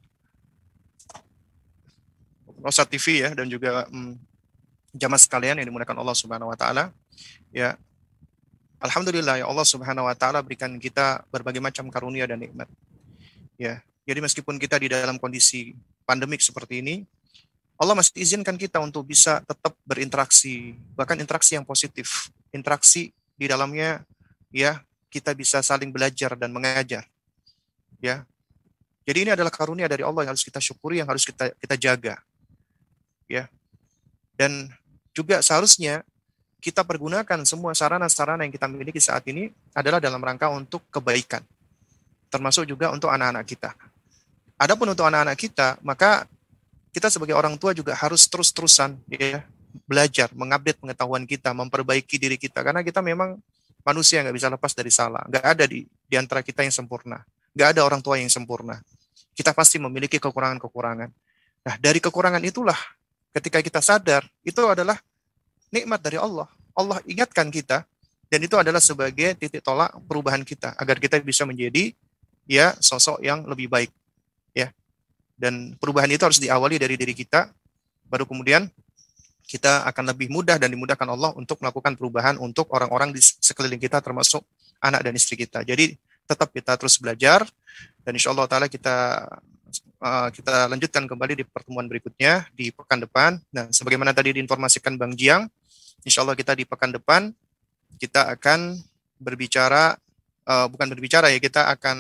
Rosa TV ya, dan juga jamaah sekalian yang dimuliakan Allah Subhanahu wa taala. Ya, alhamdulillah ya, Allah Subhanahu wa taala berikan kita berbagai macam karunia dan nikmat. Ya. Jadi meskipun kita di dalam kondisi pandemik seperti ini, Allah masih izinkan kita untuk bisa tetap berinteraksi, bahkan interaksi yang positif. Interaksi di dalamnya ya, kita bisa saling belajar dan mengajar. Ya. Jadi ini adalah karunia dari Allah yang harus kita syukuri, yang harus kita jaga. Ya. Dan juga seharusnya kita pergunakan semua sarana-sarana yang kita miliki saat ini adalah dalam rangka untuk kebaikan. Termasuk juga untuk anak-anak kita. Adapun untuk anak-anak kita, maka kita sebagai orang tua juga harus terus-terusan ya, belajar, mengupdate pengetahuan kita, memperbaiki diri kita. Karena kita memang manusia, nggak bisa lepas dari salah. Nggak ada di antara kita yang sempurna. Nggak ada orang tua yang sempurna. Kita pasti memiliki kekurangan-kekurangan. Nah, dari kekurangan itulah, ketika kita sadar, itu adalah nikmat dari Allah. Allah ingatkan kita, dan itu adalah sebagai titik tolak perubahan kita, agar kita bisa menjadi ya sosok yang lebih baik. Ya. Dan perubahan itu harus diawali dari diri kita, baru kemudian kita akan lebih mudah dan dimudahkan Allah untuk melakukan perubahan untuk orang-orang di sekeliling kita, termasuk anak dan istri kita. Jadi tetap kita terus belajar, dan insya Allah Ta'ala kita lanjutkan kembali di pertemuan berikutnya di pekan depan. Nah, sebagaimana tadi diinformasikan Bang Jiang, insya Allah kita di pekan depan kita akan berbicara, kita akan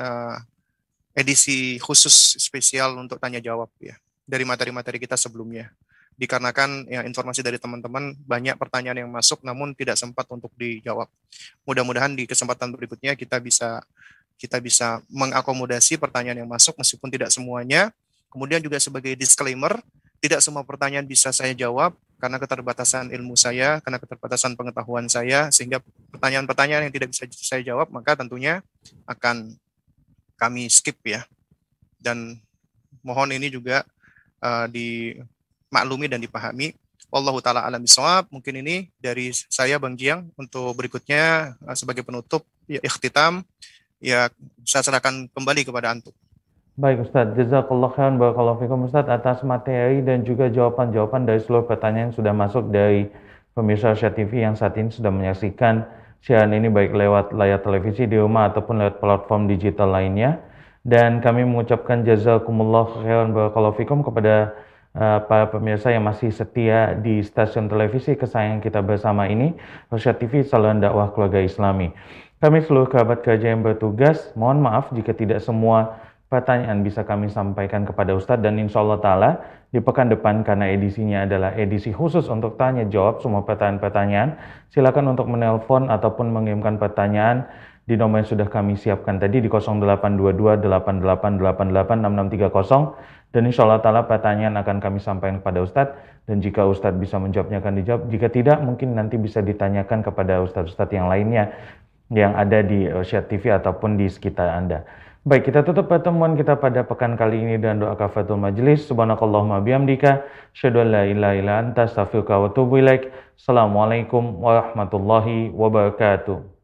edisi khusus spesial untuk tanya jawab ya, dari materi-materi kita sebelumnya. Dikarenakan ya, informasi dari teman-teman banyak pertanyaan yang masuk namun tidak sempat untuk dijawab. Mudah-mudahan di kesempatan berikutnya kita bisa mengakomodasi pertanyaan yang masuk meskipun tidak semuanya. Kemudian juga sebagai disclaimer, tidak semua pertanyaan bisa saya jawab karena keterbatasan ilmu saya, karena keterbatasan pengetahuan saya, sehingga pertanyaan-pertanyaan yang tidak bisa saya jawab maka tentunya akan kami skip ya. Dan mohon ini juga dimaklumi dan dipahami. Wallahu ta'ala alam bishawab. Mungkin ini dari saya Bang Jiang. Untuk berikutnya sebagai penutup ya, ikhtitam ya, saya serahkan kembali kepada antum. Baik Ustadz, jazakallah khairan barakallahu fikum Ustadz atas materi dan juga jawaban-jawaban dari seluruh pertanyaan yang sudah masuk dari pemirsa Rosyad TV yang saat ini sudah menyaksikan siaran ini baik lewat layar televisi di rumah ataupun lewat platform digital lainnya. Dan kami mengucapkan jazakumullah khairan barakallahu fikum kepada para pemirsa yang masih setia di stasiun televisi kesayangan kita bersama ini, Rosyad TV, saluran dakwah keluarga Islami. Kami seluruh kerabat kerja yang bertugas, mohon maaf jika tidak semua pertanyaan bisa kami sampaikan kepada Ustadz, dan insya Allah Ta'ala di pekan depan, karena edisinya adalah edisi khusus untuk tanya jawab semua pertanyaan-pertanyaan, silakan untuk menelpon ataupun mengirimkan pertanyaan di nomor yang sudah kami siapkan tadi di 0822 8888 6630, dan insya Allah Ta'ala pertanyaan akan kami sampaikan kepada Ustadz, dan jika Ustadz bisa menjawabnya akan dijawab, jika tidak mungkin nanti bisa ditanyakan kepada Ustadz-Ustadz yang lainnya yang ada di Rosyad TV ataupun di sekitar Anda. Baik, kita tutup pertemuan kita pada pekan kali ini dengan doa kafaratul majelis. Subhanakallahumma bihamdika, asyhadu an la ilaha illa anta, astaghfiruka wa atubu ilaik. Assalamualaikum warahmatullahi wabarakatuh.